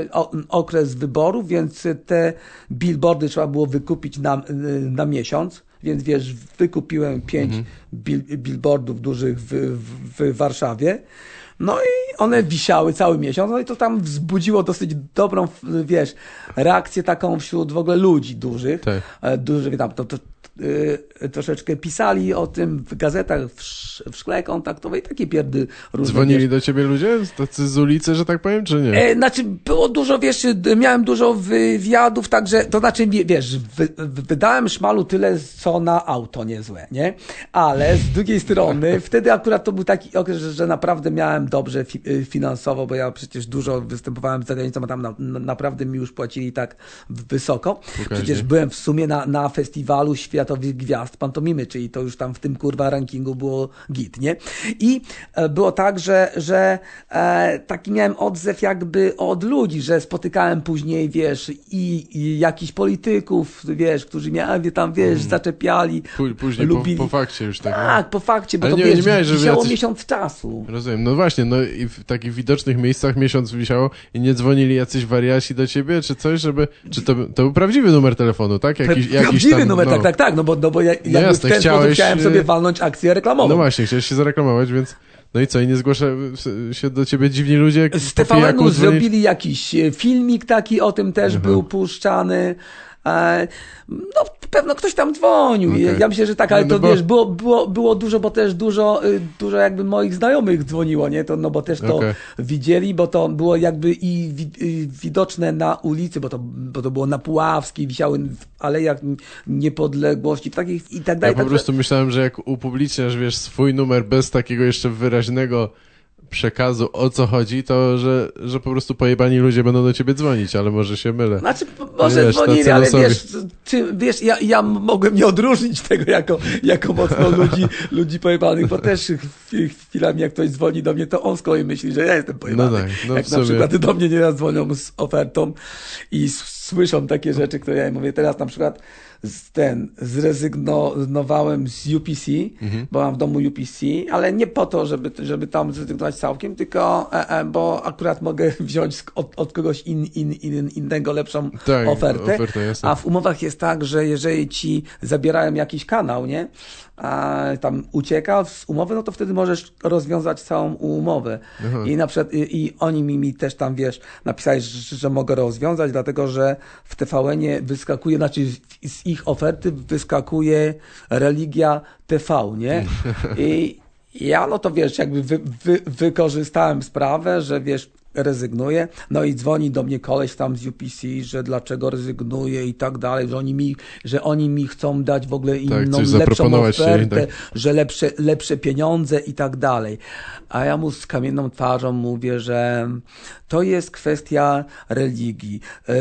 okres wyborów, więc te billboardy trzeba było wykupić na, na miesiąc. Więc wiesz, wykupiłem pięć mhm. bil- billboardów dużych w, w, w Warszawie. No i one wisiały cały miesiąc, no i to tam wzbudziło dosyć dobrą, wiesz, reakcję taką wśród w ogóle ludzi dużych. Tak. Dużych, tam to, to, y, troszeczkę pisali o tym w gazetach, w, sz, w szkle kontaktowej, takie pierdy różne. Dzwonili wiesz. do ciebie ludzie? Tacy z ulicy, że tak powiem, czy nie? E, znaczy, było dużo, wiesz, miałem dużo wywiadów, także, to znaczy, wiesz, wy, wydałem szmalu tyle, co na auto niezłe, nie? Ale z drugiej strony, wtedy akurat to był taki okres, że, że naprawdę miałem dobrze fi, finansowo, bo ja przecież dużo występowałem za granicą, a tam na, na, naprawdę mi już płacili tak wysoko. Pokaźnie. Przecież byłem w sumie na, na festiwalu Świat światowych gwiazd pantomimy, czyli to już tam w tym kurwa rankingu było git, nie? I e, było tak, że, że e, taki miałem odzew jakby od ludzi, że spotykałem później, wiesz, i, i jakichś polityków, wiesz, którzy miałem tam, wiesz, mm. zaczepiali, Pó- Później lubili. Po, po fakcie już tak. Tak, po fakcie, bo ale to nie, wiesz, nie miałeś, żeby wisiało jacyś... miesiąc czasu. Rozumiem, no właśnie, no i w takich widocznych miejscach miesiąc wisiało i nie dzwonili jacyś wariaci do ciebie, czy coś, żeby... Czy to, to był prawdziwy numer telefonu, tak? Jakiś, Prawdziwy jakiś tam, numer, no. tak, tak, tak, no bo, no bo ja, No jakby jasne, w ten chciałeś... sposób chciałem sobie walnąć akcję reklamową. No właśnie, chciałeś się zareklamować, więc... No i co, i nie zgłasza się do ciebie dziwni ludzie? Z T V N-u zrobili jakiś filmik taki, o tym też Aha. był puszczany. No, pewno ktoś tam dzwonił. Okay. Ja myślę, że tak, ale no, to no bo... wiesz, było, było, było dużo, bo też dużo, dużo jakby moich znajomych dzwoniło, nie? To, no bo też to okay. widzieli, bo to było jakby i, wi, i widoczne na ulicy, bo to, bo to było na Puławskiej, wisiały w Alejach Niepodległości, w takich i tak dalej. Ja po prostu myślałem, że jak upubliczniasz, wiesz, swój numer bez takiego jeszcze wyraźnego przekazu, o co chodzi, to że, że po prostu pojebani ludzie będą do ciebie dzwonić, ale może się mylę. Znaczy, może wiesz, dzwonili, ale wiesz, czy, wiesz ja, ja mogłem nie odróżnić tego jako, jako mocno ludzi, ludzi pojebanych, bo też chwilami jak ktoś dzwoni do mnie, to on z kolei myśli, że ja jestem pojebany. No tak, no jak na przykład do mnie nieraz dzwonią z ofertą i słyszą takie rzeczy, które ja im mówię. Teraz na przykład z ten, zrezygnowałem z U P C, mhm. bo mam w domu U P C, ale nie po to, żeby, żeby tam zrezygnować całkiem, tylko e, e, bo akurat mogę wziąć od, od kogoś in, in, in, innego lepszą tak, ofertę, ofertę a w umowach jest tak, że jeżeli ci zabierają jakiś kanał, nie, a tam ucieka z umowy, no to wtedy możesz rozwiązać całą umowę. Aha. I na przykład i, i oni mi, mi też tam, wiesz, napisali, że, że mogę rozwiązać, dlatego, że w T V N-ie wyskakuje, znaczy z ich oferty wyskakuje religia T V, nie? I ja, no to wiesz, jakby wy, wy, wykorzystałem sprawę, że wiesz, rezygnuję, no i dzwoni do mnie koleś tam z U P C, że dlaczego rezygnuję i tak dalej, że oni mi, że oni mi chcą dać w ogóle inną, tak, lepszą ofertę, się, tak. że lepsze, lepsze pieniądze i tak dalej. A ja mu z kamienną twarzą mówię, że to jest kwestia religii,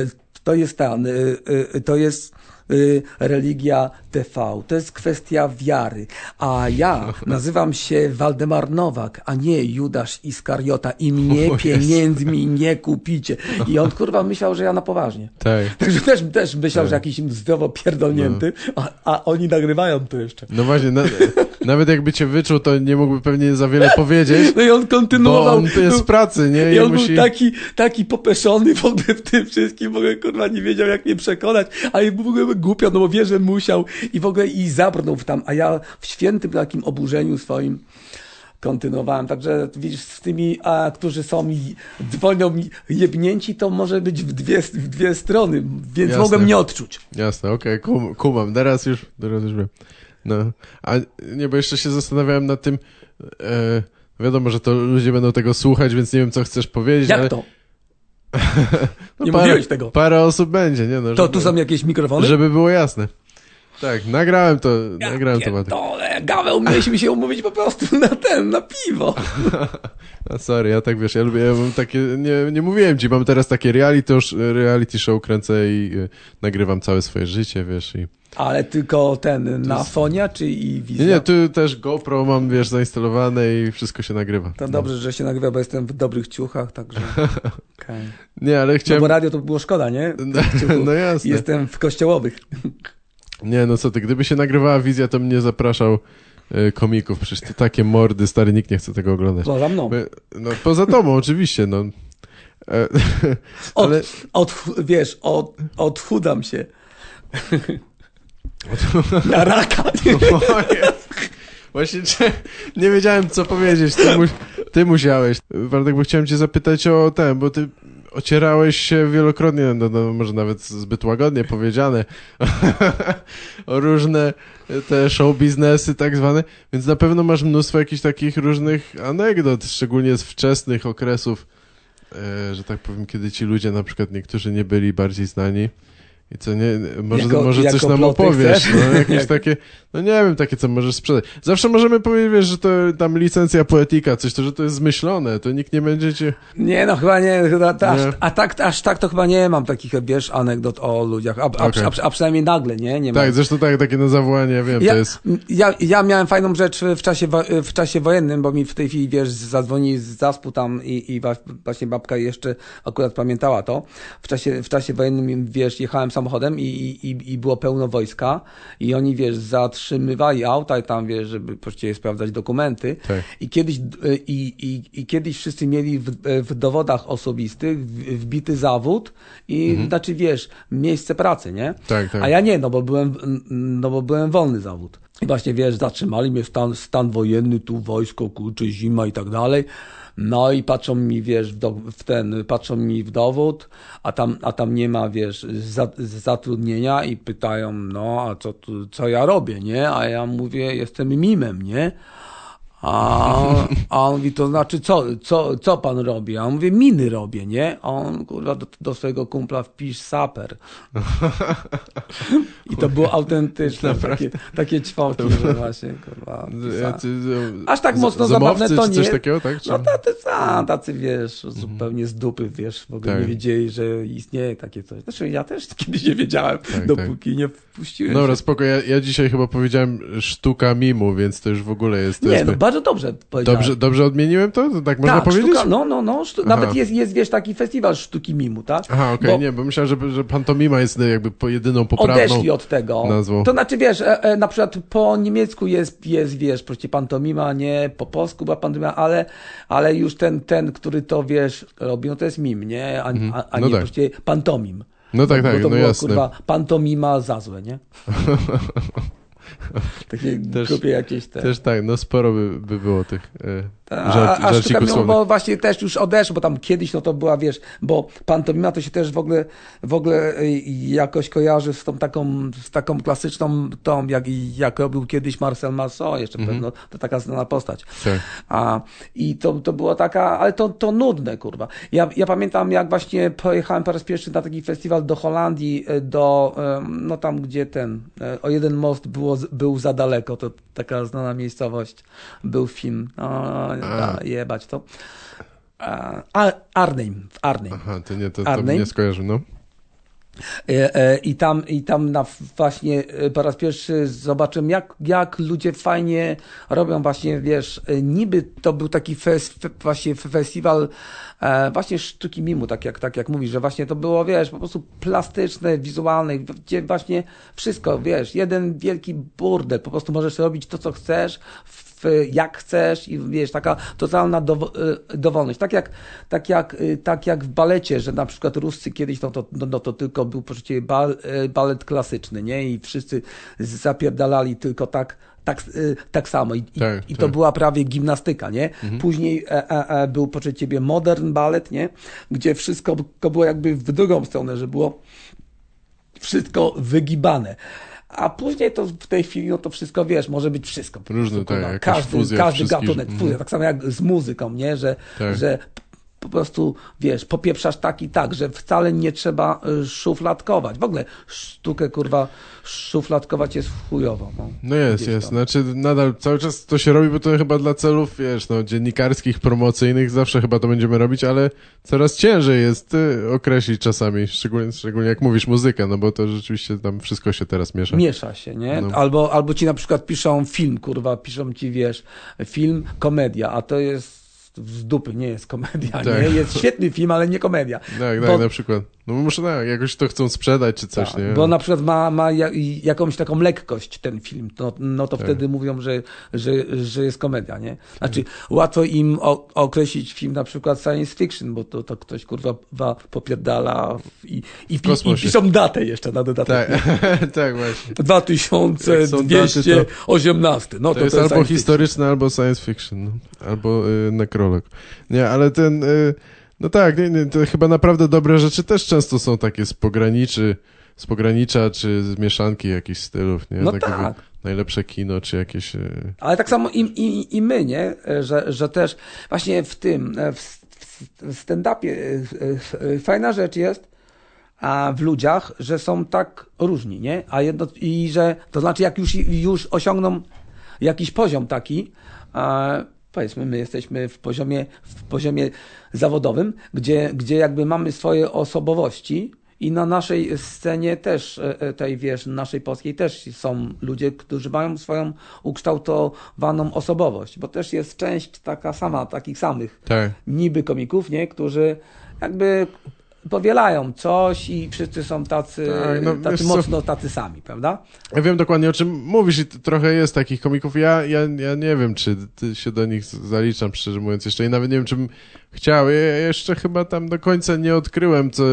to jest ta, to jest religia T V. To jest kwestia wiary. A ja nazywam się Waldemar Nowak, a nie Judasz Iskariota i mnie o, pieniędzmi nie kupicie. I on kurwa myślał, że ja na poważnie. Tak. Także też, też myślał, tak. że jakiś zdrowo pierdolnięty, no. a, a oni nagrywają to jeszcze. No właśnie, na, nawet jakby cię wyczuł, to nie mógłby pewnie za wiele powiedzieć. No i on kontynuował. Bo on to jest w pracy, nie? I, I on musi... był taki, taki popeszony w ogóle w tym wszystkim, w ogóle kurwa nie wiedział jak mnie przekonać, ale w ogóle głupio, no bo wie, że musiał i w ogóle i zabrnął tam, a ja w świętym takim oburzeniu swoim kontynuowałem. Także widzisz, z tymi, a, którzy są i dzwonią jebnięci, to może być w dwie, w dwie strony, więc Jasne. mogłem nie odczuć. Jasne, okej, okay, kum, kumam. Teraz już, teraz już wiem. No, a nie, bo jeszcze się zastanawiałem nad tym, e, wiadomo, że to ludzie będą tego słuchać, więc nie wiem, co chcesz powiedzieć. Jak ale... to? no nie parę, mówiłeś tego. Parę osób będzie, nie? No, to żeby, tu są jakieś mikrofony? Żeby było jasne. Tak, nagrałem to, ja nagrałem to. Dole, Gaweł, mieliśmy się umówić po prostu na ten, na piwo. A sorry, ja tak wiesz, ja lubię, ja mam takie, nie, nie mówiłem ci, mam teraz takie reality, reality show kręcę i y, nagrywam całe swoje życie, wiesz, i... Ale tylko ten na jest... Fonia, czy i wizja? Nie, nie, tu też GoPro mam, wiesz, zainstalowane i wszystko się nagrywa. To no. dobrze, że się nagrywa, bo jestem w dobrych ciuchach, także... Okay. Nie, ale chciałem... No bo radio to było szkoda, nie? No jasne. Jestem w kościołowych. Nie, no co ty, gdyby się nagrywała wizja, to mnie zapraszał y, komików, przecież to takie mordy, stary, nikt nie chce tego oglądać. Poza mną. My, no poza tobą, oczywiście, no. E, ale... od, od, wiesz, od, odchudam się. Na raka. Właśnie nie wiedziałem, co powiedzieć. Ty, mu, ty musiałeś. Waldek, bo chciałem cię zapytać o ten, bo ty ocierałeś się wielokrotnie, no, no może nawet zbyt łagodnie powiedziane, o różne te show biznesy tak zwane, więc na pewno masz mnóstwo jakichś takich różnych anegdot, szczególnie z wczesnych okresów, e, że tak powiem, kiedy ci ludzie na przykład niektórzy nie byli bardziej znani I co, nie, może, jako, może jako coś nam ploty opowiesz, chcesz? no, jakieś takie, no nie wiem, takie, co możesz sprzedać. Zawsze możemy powiedzieć, wiesz, że to tam licencja poetyka, coś to, że to jest zmyślone, to nikt nie będzie cię... Nie, no chyba nie, chyba to, nie. Aż, a tak, aż tak to chyba nie mam takich, wiesz, anegdot o ludziach, a, a, Okay. a, a przynajmniej nagle, nie? nie tak, mam. zresztą tak, takie na zawołanie, ja wiem, ja, to jest... Ja, ja miałem fajną rzecz w czasie, w czasie wojennym, bo mi w tej chwili, wiesz, zadzwoni z zaspu tam i, i właśnie babka jeszcze akurat pamiętała to. W czasie, w czasie wojennym, wiesz, jechałem samochodem i, i, i było pełno wojska i oni, wiesz, zatrzymywali auta i tam, wiesz, żeby prościej sprawdzać dokumenty. Tak. I kiedyś, i, i, i kiedyś wszyscy mieli w, w dowodach osobistych wbity zawód i, mhm. znaczy, wiesz, miejsce pracy, nie? Tak, tak. A ja nie, no bo byłem, no bo byłem wolny zawód. I właśnie, wiesz, zatrzymali mnie stan, stan wojenny, tu wojsko, kurczę, zima i tak dalej. No i patrzą mi, wiesz, w, do, w ten, patrzą mi w dowód, a tam, a tam nie ma, wiesz, za, zatrudnienia i pytają, no, a co, tu, co ja robię, nie? A ja mówię, jestem mimem, nie? A, a on mówi, to znaczy, co, co, co pan robi? A on mówi, miny robię, nie? A on, kurwa, do, do swojego kumpla wpisz saper. I to było autentyczne, takie, takie ćwoki, że właśnie, kurwa, aż tak mocno zabawne to nie. Coś takiego, tak? Czy... No tacy, a, tacy, wiesz, zupełnie z dupy, wiesz, w ogóle tak. nie wiedzieli, że istnieje takie coś. Znaczy, ja też kiedyś nie wiedziałem, tak, dopóki tak. nie wpuściłem Dobra, się. spoko, ja, ja dzisiaj chyba powiedziałem sztuka mimu, więc to już w ogóle jest... To nie, jest... no bardzo dobrze powiedziałem. Dobrze, dobrze odmieniłem to? to tak można tak, powiedzieć? Sztuka, no, no, no. Sztu... Nawet jest, jest, wiesz, taki festiwal sztuki mimu, tak? Aha, okej, okay. nie, bo myślałem, że, że pantomima jest jakby po jedyną poprawną Odeszli od tego. nazwą. To znaczy, wiesz, e, e, na przykład po niemiecku jest, jest wiesz, proście pantomima, nie, po polsku była pantomima, ale, ale już ten, ten, który to, wiesz, robi, no to jest mim, nie? A, mhm. a, a no nie tak. proście pantomim. No tak, bo, tak, bo to no było, jasne. kurwa, pantomima za złe, nie? Takie też, grupie jakieś te. Też tak, no sporo by, by było tych e, a, żart, a sztuka, no, bo słownych. właśnie też już odeszło, bo tam kiedyś no to była, wiesz, bo pantomima to się też w ogóle w ogóle jakoś kojarzy z tą taką, z taką klasyczną tą, jak, jak robił kiedyś Marcel Marceau, jeszcze mm-hmm. pewno, to taka znana postać. Tak. A, i to, to było taka, ale to, to nudne, kurwa. Ja, ja pamiętam, jak właśnie pojechałem po raz pierwszy na taki festiwal do Holandii, do, no tam, gdzie ten, o jeden most było, był za daleko, to taka znana miejscowość, był film, no, da, jebać to. A, Arnhem, w Arnhem. Aha, to nie, to, to nie skojarzy, no. I tam, i tam na właśnie po raz pierwszy zobaczyłem, jak, jak ludzie fajnie robią właśnie, wiesz, niby to był taki fest, właśnie festiwal właśnie sztuki mimu, tak jak, tak jak mówisz, że właśnie to było, wiesz, po prostu plastyczne, wizualne, gdzie właśnie wszystko, wiesz, jeden wielki burdel, po prostu możesz robić to, co chcesz, jak chcesz i wiesz, taka totalna dowo- dowolność. Tak jak, tak, jak, tak jak w balecie, że na przykład Ruscy kiedyś no to, no, no to tylko był poczucie bal, balet klasyczny, nie? I wszyscy zapierdalali tylko tak, tak, tak samo. I, tak, i, i to tak. była prawie gimnastyka, nie? Mhm. Później e, e, był poczucie ciebie modern balet, nie? Gdzie wszystko było jakby w drugą stronę, że było wszystko wygibane. A później to w tej chwili, no to wszystko, wiesz, może być wszystko. Różne, tak, no, każdy, każdy gatunek, fuzja, mm. tak samo jak z muzyką, nie, że, tak. że po prostu, wiesz, popieprzasz tak i tak, że wcale nie trzeba szufladkować. W ogóle sztukę, kurwa, szufladkować jest chujowo. No, no jest, jest. Tam. Znaczy nadal cały czas to się robi, bo to chyba dla celów, wiesz, no, dziennikarskich, promocyjnych, zawsze chyba to będziemy robić, ale coraz ciężej jest y, określić czasami, szczególnie, szczególnie jak mówisz muzykę, no bo to rzeczywiście tam wszystko się teraz miesza. Miesza się, nie? No. Albo, albo ci na przykład piszą film, kurwa, piszą ci, wiesz, film, komedia, a to jest z dupy, nie jest komedia, tak. nie? Jest świetny film, ale nie komedia. Tak, bo, tak, na przykład. No muszę tak, jakoś to chcą sprzedać czy coś, tak, nie? Bo na przykład ma, ma jakąś taką lekkość ten film, no, no to tak. wtedy mówią, że, że, że jest komedia, nie? Znaczy, tak. łatwo im o, określić film na przykład science fiction, bo to, to ktoś, kurwa, popierdala i, i, pi, i piszą datę jeszcze na dodatek. Tak, tak właśnie. dwa tysiące dwieście osiemnaście. No, to, to jest to albo historyczne, albo science fiction, no. Albo y, nekrolog. Nie, ale ten... Y, No tak, nie, nie, to chyba naprawdę dobre rzeczy też często są takie z pograniczy, z pogranicza, czy z mieszanki jakichś stylów, nie? No Takiego tak. Najlepsze kino, czy jakieś... Ale tak samo i, i, i my, nie? Że, że też właśnie w tym, w, w stand-upie fajna rzecz jest, a w ludziach, że są tak różni, nie? A jedno, i że, to znaczy jak już, już osiągną jakiś poziom taki, a powiedzmy, my jesteśmy w poziomie, w poziomie zawodowym, gdzie, gdzie jakby mamy swoje osobowości i na naszej scenie też, tej wiesz, naszej polskiej też są ludzie, którzy mają swoją ukształtowaną osobowość, bo też jest część taka sama, takich samych tak. niby komików, nie? Którzy jakby powielają coś i wszyscy są tacy, tak, no, tacy mocno co? tacy sami, prawda? Ja wiem dokładnie, o czym mówisz i trochę jest takich komików. Ja, ja, ja nie wiem, czy ty się do nich zaliczam, szczerze mówiąc, jeszcze i nawet nie wiem, czym chciał. Ja jeszcze chyba tam do końca nie odkryłem, co...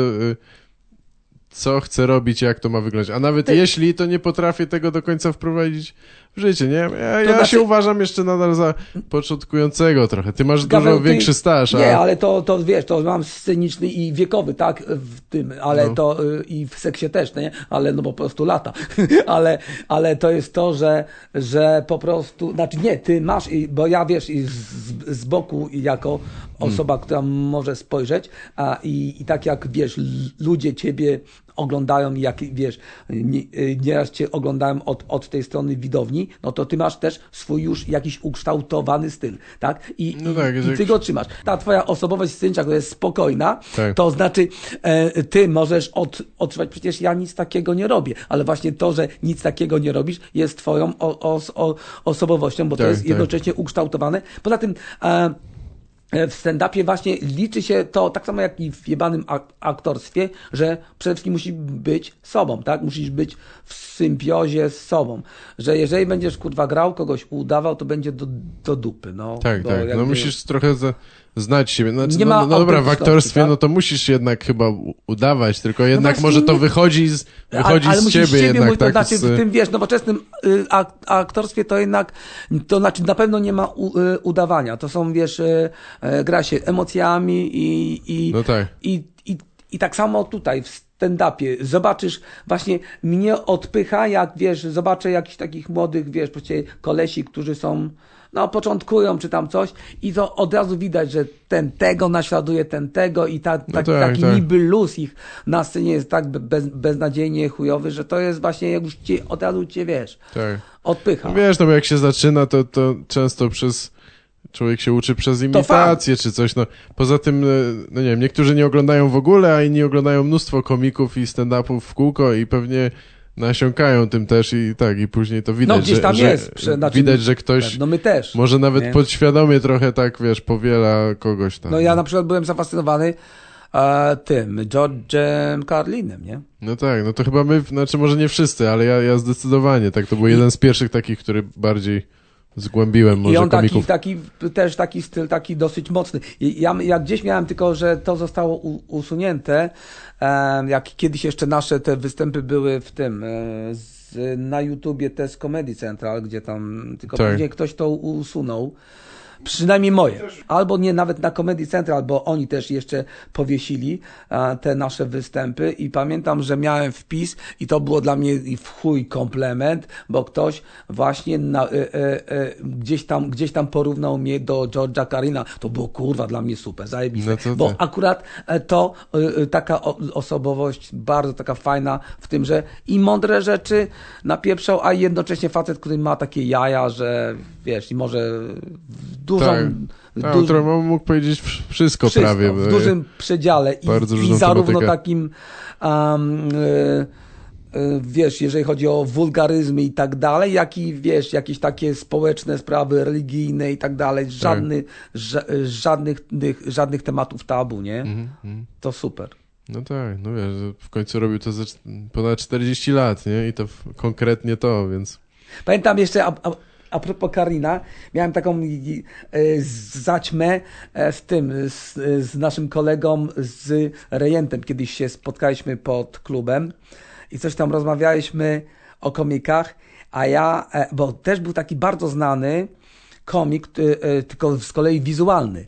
co chcę robić, jak to ma wyglądać. A nawet Ty... jeśli, to nie potrafię tego do końca wprowadzić w życie, nie? Ja, ja znaczy... się uważam jeszcze nadal za początkującego trochę. Ty masz Gaweł, dużo ty... większy staż. Nie, a... ale to, to wiesz, to mam sceniczny i wiekowy, tak? W tym, ale no. to i w seksie też, nie? Ale no po prostu lata. ale, ale to jest to, że, że po prostu, znaczy nie, ty masz, bo ja wiesz, z, z boku jako osoba, hmm. która może spojrzeć a, i, i tak jak wiesz, ludzie ciebie oglądają i jak wiesz, nie, nieraz cię oglądają od, od tej strony widowni, no to ty masz też swój już jakiś ukształtowany styl, tak? I, no tak, i, i ty go trzymasz. Ta twoja osobowość sceniczna, która jest spokojna, tak. to znaczy e, ty możesz od, odczuwać, przecież ja nic takiego nie robię, ale właśnie to, że nic takiego nie robisz, jest twoją o, o, o, osobowością, bo tak, to jest tak. jednocześnie ukształtowane. Poza tym e, w stand-upie właśnie liczy się to, tak samo jak i w jebanym aktorstwie, że przede wszystkim musisz być sobą, tak? Musisz być w symbiozie z sobą. Że jeżeli będziesz, kurwa, grał, kogoś udawał, to będzie do, do dupy, no. Tak, tak. Jakby... No musisz trochę za, znać siebie. Znaczy, nie ma no, no dobra, w aktorstwie, tak? No to musisz jednak chyba udawać, tylko jednak no może to nie... wychodzi z, wychodzi ale, ale z ciebie, z ciebie jednak. Mój, tak, to znaczy, z... w tym, wiesz, nowoczesnym y, aktorstwie to jednak, to znaczy na pewno nie ma u, y, udawania. To są, wiesz, y, y, gra się emocjami i, i, no tak. i, i, i tak samo tutaj w stand-upie. Zobaczysz, właśnie mnie odpycha, jak wiesz, zobaczę jakichś takich młodych, wiesz, przecież kolesi, którzy są, no, początkują czy tam coś i to od razu widać, że ten tego naśladuje, ten tego i ta, ta, no tak, taki tak. niby luz ich na scenie jest tak bez, beznadziejnie chujowy, że to jest właśnie, jak już cię, od razu cię, wiesz, tak. odpycha. No wiesz, no bo jak się zaczyna, to, to często przez... Człowiek się uczy przez imitację czy coś. No, poza tym, no nie wiem, niektórzy nie oglądają w ogóle, a inni oglądają mnóstwo komików i stand-upów w kółko i pewnie nasiąkają tym też i tak, i później to widać, no, gdzieś tam że, jest. Że, znaczy, widać, że ktoś no my też, może nawet nie? podświadomie trochę tak, wiesz, powiela kogoś tam. No ja na przykład byłem zafascynowany a, tym, George'em Carlinem, nie? No tak, no to chyba my, znaczy może nie wszyscy, ale ja, ja zdecydowanie, tak, to był I... jeden z pierwszych takich, który bardziej... zgłębiłem może I on komików. taki, taki, też taki styl, taki dosyć mocny. Ja, ja gdzieś miałem tylko, że to zostało u, usunięte, e, jak kiedyś jeszcze nasze te występy były w tym, e, z, na YouTubie też Comedy Central, gdzie tam, tylko tak. później ktoś to usunął. Przynajmniej moje. Albo nie, nawet na Comedy Central, bo oni też jeszcze powiesili a, te nasze występy i pamiętam, że miałem wpis i to było dla mnie w chuj komplement, bo ktoś właśnie na, e, e, e, gdzieś tam gdzieś tam porównał mnie do George'a Carlina. To było kurwa dla mnie super, zajebiste. No bo akurat e, to e, taka o, osobowość bardzo taka fajna w tym, że i mądre rzeczy napieprzał, a jednocześnie facet, który ma takie jaja, że wiesz, i może dużą... Tak, tak duż... mógł powiedzieć wszystko, wszystko prawie. w dużym przedziale i, i zarówno takim um, y, y, wiesz, jeżeli chodzi o wulgaryzmy i tak dalej, jak i wiesz, jakieś takie społeczne sprawy religijne i tak dalej, żadny, tak. ża żadnych, żadnych tematów tabu, nie? Mm -hmm. To super. No tak, no wiesz, w końcu robił to za ponad czterdzieści lat, nie? I to w, konkretnie to, więc... Pamiętam jeszcze... A, a, A propos Carlina, miałem taką e, zaćmę e, z tym, z, z naszym kolegą, z Rejentem. Kiedyś się spotkaliśmy pod klubem i coś tam rozmawialiśmy o komikach, a ja, e, bo też był taki bardzo znany komik, e, tylko z kolei wizualny.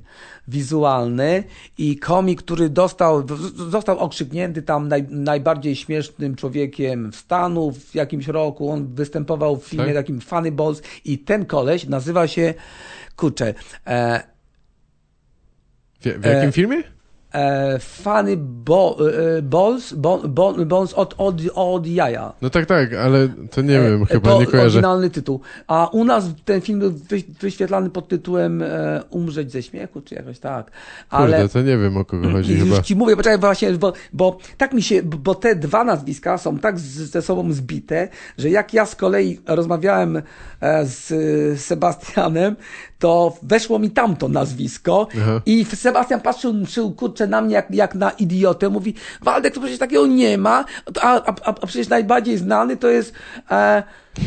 wizualny i komik, który dostał, został okrzyknięty tam naj, najbardziej śmiesznym człowiekiem w Stanów w jakimś roku. On występował w filmie tak? takim Funny Balls i ten koleś nazywa się, kurczę... E, w, w jakim e, filmie? e, Funny bo, e, Balls, bo, bo, Bones od, od, od jaja. No tak, tak, ale to nie E, wiem, chyba to nie kojarzę. oryginalny tytuł. A u nas ten film był wy, wyświetlany pod tytułem e, Umrzeć ze śmiechu, czy jakoś tak. Ale Kurde, to nie wiem, o kogo chodzi już chyba. ci mówię, poczekaj, właśnie, bo, bo tak mi się, bo te dwa nazwiska są tak z, ze sobą zbite, że jak ja z kolei rozmawiałem e, z Sebastianem, to weszło mi tamto nazwisko. Aha. I Sebastian patrzył, patrzył kurczę na mnie jak, jak na idiotę, mówi, Waldek, to przecież takiego nie ma, a, a, a, a przecież najbardziej znany to jest e...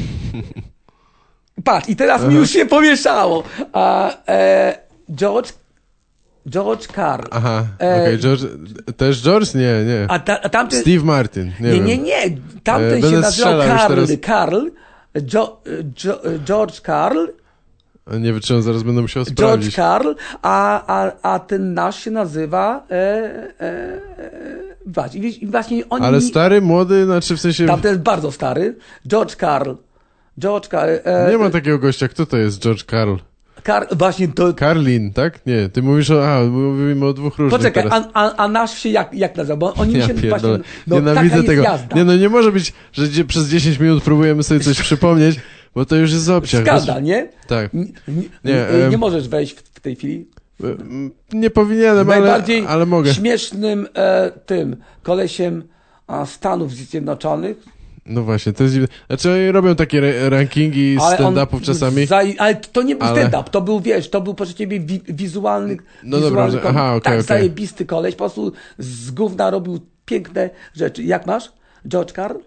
patrz, i teraz Aha. mi już się pomieszało. A, e, George George Carl. Aha, e, okej, okay. George, też George? Nie, nie. A, ta, a tamten, Steve Martin, nie Nie, wiem. nie, nie, tamten e, się nazywał Karl, teraz... Karl, jo, jo, George Carl, Nie wytrzymam, zaraz będę musiał George sprawdzić. Carl, a, a, a ten nasz się nazywa e, e, e, właśnie, i właśnie oni... Ale stary, młody, znaczy w sensie... Tamten jest bardzo stary, George Carl, George Carl... E, nie ma takiego gościa, kto to jest George Carl? Carl, właśnie to... Carlin, tak? Nie, ty mówisz o... A, mówimy o dwóch różnych Poczekaj, teraz. a, a, a nasz się jak, jak nazywa? Bo oni Ja się pierdolę. właśnie... No, Nienawidzę taka tego. jest jazda. Nie, no nie może być, że dzie- przez dziesięć minut próbujemy sobie coś przypomnieć, bo to już jest obciach. Skandal, nie? Tak. Nie, nie, Nie, nie, em... nie możesz wejść w, w tej chwili. Nie powinienem, Najbardziej ale, ale mogę. śmiesznym e, tym kolesiem a, Stanów Zjednoczonych. No właśnie, to jest dziwne. Znaczy oni robią takie re- rankingi stand-upów czasami. Za, ale to nie był ale... stand-up, to był, wiesz, to był proszę ciebie wi- wizualny, no wizualny dobra, aha, okej, tak okej. zajebisty koleś, po prostu z gówna robił piękne rzeczy. Jak masz? George Carl?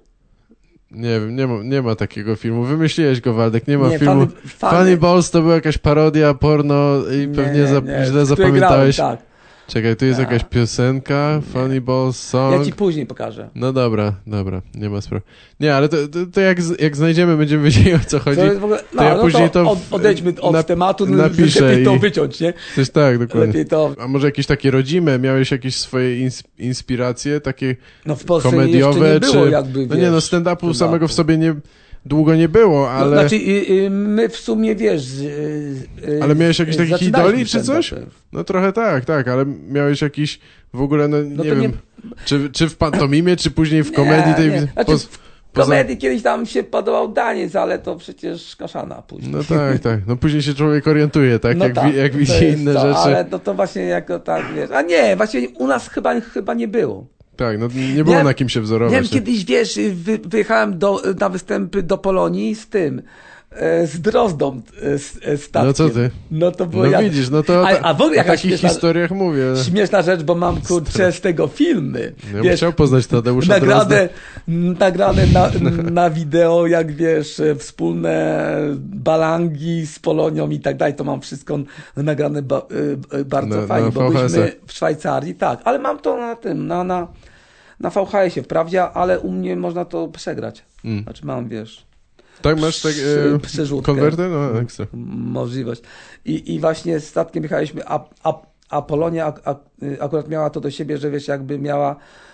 Nie wiem, nie ma, nie ma takiego filmu. Wymyśliłeś go, Waldek, nie ma Nie, filmu. Funny, funny... Funny Balls to była jakaś parodia, porno i nie, pewnie za, nie, źle zapamiętałeś. Grałem, tak. Czekaj, tu jest A. jakaś piosenka, Funny Balls Song. Ja ci później pokażę. No dobra, dobra, nie ma sprawy. Nie, ale to, to, to jak, z- jak znajdziemy, będziemy wiedzieli, o co chodzi. To jest w ogóle, no, to ja no później to to od, w- odejdźmy od na- tematu, napiszę lepiej to i- wyciąć, nie? Coś tak, dokładnie. Lepiej to... A może jakieś takie rodzime, miałeś jakieś swoje ins- inspiracje, takie No w Polsce komediowe, jeszcze nie było czy... jakby, No nie, no wiesz, stand-upu stand-upu. samego w sobie nie... Długo nie było, ale... No, znaczy, y, y, my w sumie, wiesz... Y, y, Ale miałeś jakieś takich zaczynaliśmy idoli, czy coś? stand-upem. No trochę tak, tak, ale miałeś jakiś w ogóle, no, No nie to wiem, nie- czy, czy w pantomimie, czy później w komedii tej... Nie, znaczy, poz- w poza- komedii kiedyś tam się podobał Daniec, ale to przecież kaszana później. No tak, tak. No później się człowiek orientuje, tak? No jak, tak, wi- jak to widzi jest inne to, rzeczy. Ale no to właśnie jako tak, wiesz... A nie, właśnie u nas chyba, chyba nie było. Tak, no nie było Miałem- na kim się wzorować. Miałem nie? kiedyś, wiesz, wy, wyjechałem do, na występy do Polonii z tym, e, z Drozdą e, z, e, statkiem. No co ty? No to było No jak... widzisz, no to A, ta, a w ogóle o jakaś takich śmieszna, historiach mówię. śmieszna rzecz, bo mam kurczę z tego filmy. Ja bym Wiesz, chciał poznać Tadeusza nagradę, Drozda. nagradę na, na wideo, jak wiesz, e, wspólne balangi z Polonią i tak dalej, to mam wszystko nagrane ba, e, e, bardzo Na- fajnie, na bo V H S-a. byliśmy w Szwajcarii, tak, ale mam to na tym, na, na, na V H S-ie wprawdzie, ale u mnie można to przegrać. Mm. Znaczy mam, wiesz, Tak, masz tak, przy- e, przerzutkę. konwerter? No, ekstra. możliwość. I, i właśnie statkiem jechaliśmy, a, a, a Polonia ak, ak, akurat miała to do siebie, że wiesz, jakby miała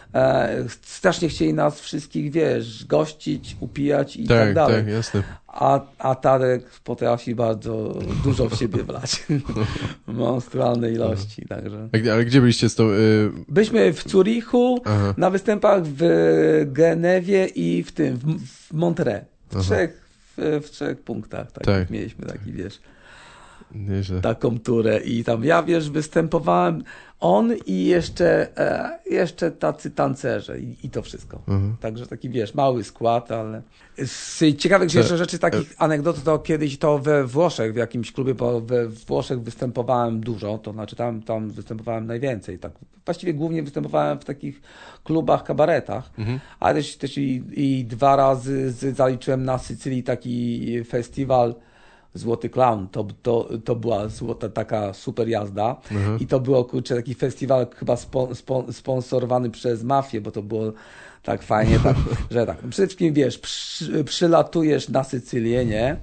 e, strasznie chcieli nas wszystkich, wiesz, gościć, upijać i tak, Tak, dalej. tak, jasne. A, a Tadek potrafi bardzo dużo w siebie wlać. Monstrualne ilości, także. A gdzie- Ale gdzie byliście z tą... y, Byliśmy w Zurichu, Aha. na występach w Genewie i w tym, w, w Monterey. W Aha. trzech, w, w trzech punktach. Tak, Tak. Mieliśmy taki, wiesz, Nieźle. taką turę i tam ja, wiesz, występowałem, on i jeszcze, e, jeszcze tacy tancerze i, i to wszystko. Mhm. Także taki, wiesz, mały skład, ale z ciekawych Co- jeszcze rzeczy, takich anegdot, to kiedyś to we Włoszech, w jakimś klubie, bo we Włoszech występowałem dużo, to znaczy tam, tam występowałem najwięcej. Tak. Właściwie głównie występowałem w takich klubach, kabaretach, Mhm. ale też, też i, i dwa razy z, zaliczyłem na Sycylii taki festiwal Złoty Clown, to, to, to była złota taka super jazda Mhm. i to było, kurczę, taki festiwal chyba spo, spo, sponsorowany przez mafię, bo to było tak fajnie, tak, że tak, przede wszystkim wiesz, przy, przylatujesz na Sycylię, nie?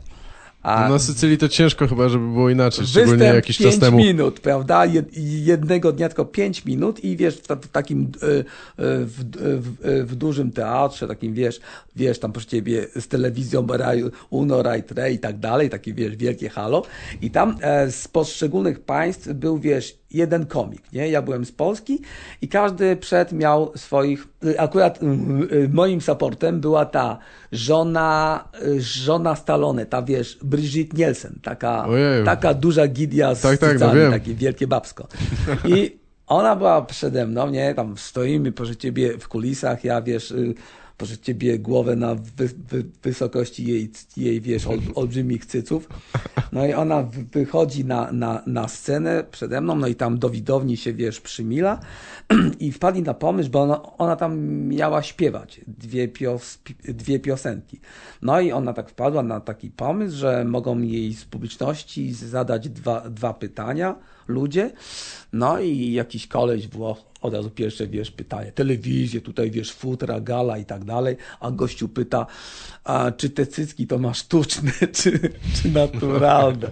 A No na Sycylii to ciężko chyba, żeby było inaczej, szczególnie występ jakiś pięć czas temu. minut, prawda? Jed, jednego dnia tylko pięć minut i wiesz, w, ta, w takim y, y, w, w, w dużym teatrze, takim wiesz, wiesz, tam proszę ciebie z telewizją Raju, Uno, Rai Tre i tak dalej, takie wiesz, wielkie halo. I tam e, z poszczególnych państw był, wiesz, jeden komik, nie? Ja byłem z Polski i każdy przed miał swoich, akurat moim supportem była ta żona, żona Stallone, ta wiesz, Brigitte Nielsen, taka, taka duża gidia z tak, tak, cycami, no takie wielkie babsko. I ona była przede mną, nie? Tam stoimy, proszę ciebie, w kulisach, ja wiesz, proszę ciebie, głowę na wy, wy, wysokości jej, jej wiesz, ol, olbrzymich cyców. No i ona wychodzi na, na, na scenę przede mną, no i tam do widowni się, wiesz, przymila i wpadli na pomysł, bo ona, ona tam miała śpiewać dwie, pios, dwie piosenki. No i ona tak wpadła na taki pomysł, że mogą jej z publiczności zadać dwa, dwa pytania ludzie. No i jakiś koleś Włoch od razu pierwsze, wiesz, pytanie, telewizję, tutaj, wiesz, futra, gala i tak dalej, a gościu pyta, a czy te cycki to ma sztuczne, czy, czy naturalne?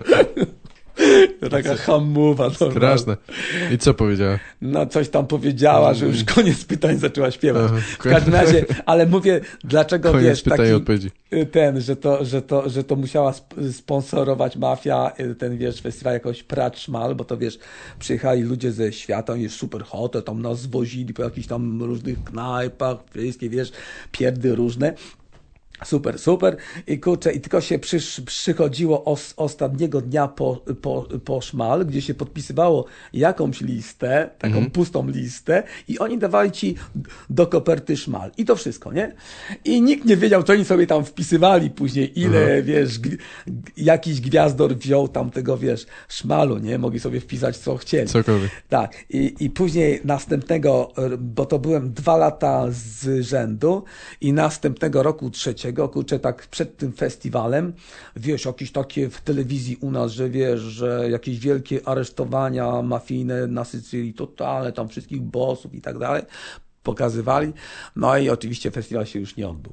To taka hamuwa. Straszne. I co powiedziała? No coś tam powiedziała, że już koniec pytań zaczęła śpiewać. Aha, w każdym razie, ale mówię, dlaczego koniec wiesz, taki odpowiedzi. ten, że to, że to, że to musiała sponsorować mafia, ten wiesz, festiwal jakoś Prat Szmal, bo to wiesz, przyjechali ludzie ze świata, oni jest super hotel, tam nas zwozili po jakichś tam różnych knajpach, wszystkie wiesz, pierdy różne. Super, super. I kurczę, i tylko się przysz, przychodziło os, ostatniego dnia po, po, po szmal, gdzie się podpisywało jakąś listę, taką mm. pustą listę i oni dawali ci do koperty szmal. I to wszystko, nie? I nikt nie wiedział, co oni sobie tam wpisywali później, ile, mm. wiesz, g, g, jakiś gwiazdor wziął tam tego, wiesz, szmalu, nie? Mogli sobie wpisać, co chcieli. Cokolwiek. Tak. I, i później następnego, bo to byłem dwa lata z rzędu i następnego roku trzeciego kurczę, tak przed tym festiwalem, wiesz, jakieś takie w telewizji u nas, że wiesz, że jakieś wielkie aresztowania mafijne na Sycylii, totalne, tam wszystkich bossów i tak dalej, pokazywali. No i oczywiście festiwal się już nie odbył.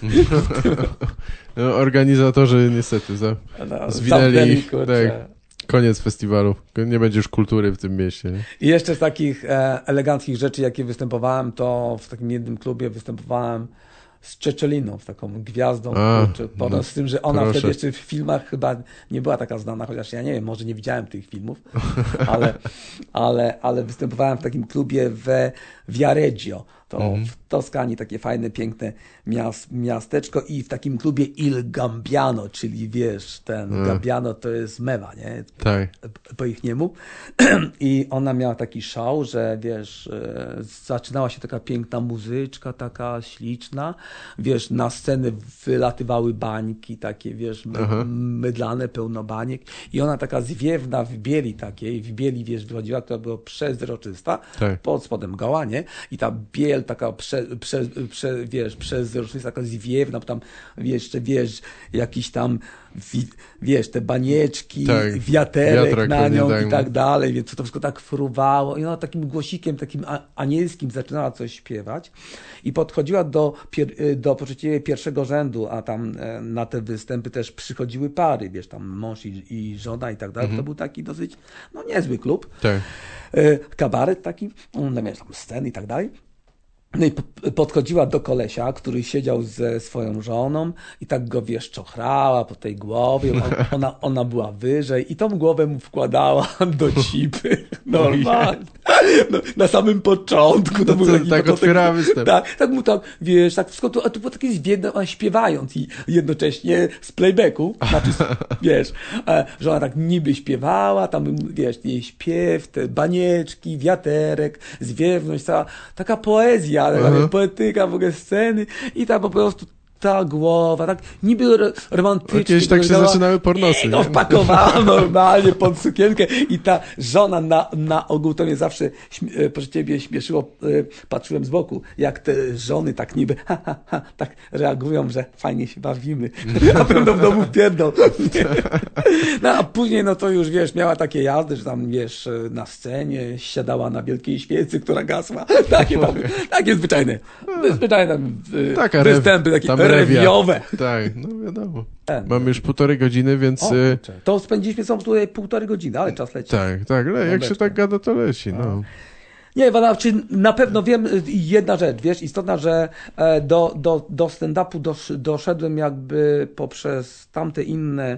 No, organizatorzy niestety za, no, zwinęli, tak, koniec festiwalu. Nie będzie już kultury w tym mieście. Nie? I jeszcze z takich e, eleganckich rzeczy, jakie występowałem, to w takim jednym klubie występowałem z Czeczeliną, z taką gwiazdą, A, kurczę, potem no, z tym, że ona proszę. wtedy jeszcze w filmach chyba nie była taka znana, chociaż ja nie wiem, może nie widziałem tych filmów, ale, ale, ale występowałem w takim klubie we Viareggio, to mm. w Toskanii, takie fajne, piękne miast, miasteczko i w takim klubie Il Gabbiano, czyli wiesz, ten mm. Gabbiano to jest mewa, nie? Tak. Po ich niemu. I ona miała taki show, że wiesz, zaczynała się taka piękna muzyczka, taka śliczna, wiesz, na scenę wylatywały bańki, takie wiesz, Aha. mydlane, pełno baniek i ona taka zwiewna w bieli takiej, w bieli wiesz, wychodziła, która była przezroczysta, tak. pod spodem goła, nie? I ta biel taka prze, prze, prze, wiesz, przezroczysta, taka zwiewna, bo tam jeszcze wiesz, jakiś tam wiesz, te banieczki, tak, wiaterek wiatrak, na nią tak, i tak dalej, więc to wszystko tak fruwało i ona takim głosikiem, takim anielskim zaczynała coś śpiewać i podchodziła do, do poczucia pierwszego rzędu, a tam na te występy też przychodziły pary, wiesz, tam mąż i, i żona i tak dalej, mhm. To był taki dosyć, no niezły klub, tak. Kabaret taki, no wiesz, tam sceny i tak dalej. No i podchodziła do kolesia, który siedział ze swoją żoną i tak go, wiesz, czochrała po tej głowie, ona, ona była wyżej i tą głowę mu wkładała do cipy. Normalnie. No, na samym początku. To no, był taki tak otwierała występ. Tak, tak mu tak, wiesz, tak wszystko, to, to było takie zwiedne, śpiewając i jednocześnie z playbacku, znaczy, wiesz, że ona tak niby śpiewała, tam, wiesz, jej śpiew, te banieczki, wiaterek, zwiewność, cała taka poezja, ale uh-huh. poetyka, w ogóle sceny i tam po prostu ta głowa, tak niby romantycznie. Kiedyś tak się zaczynały pornosy. No, wpakowała normalnie pod sukienkę i ta żona na, na ogół, to mnie zawsze proszę ciebie śmieszyło, patrzyłem z boku, jak te żony tak niby ha, ha, ha, tak reagują, że fajnie się bawimy, a będą w domu pierdol. No a później, no to już wiesz, miała takie jazdy, że tam wiesz, na scenie siadała na wielkiej świecy, która gasła. Takie tam, takie zwyczajne, zwyczajne Taka występy, takie rewiowe. Tak, no wiadomo. Ten. Mamy już półtorej godziny, więc... O, to spędziliśmy są tutaj półtorej godziny, ale czas leci. Tak, tak, ale jak się tak gada, to leci, no. Nie, czy na pewno wiem jedna rzecz, wiesz, istotna, że do, do, do stand-upu dosz, doszedłem jakby poprzez tamte inne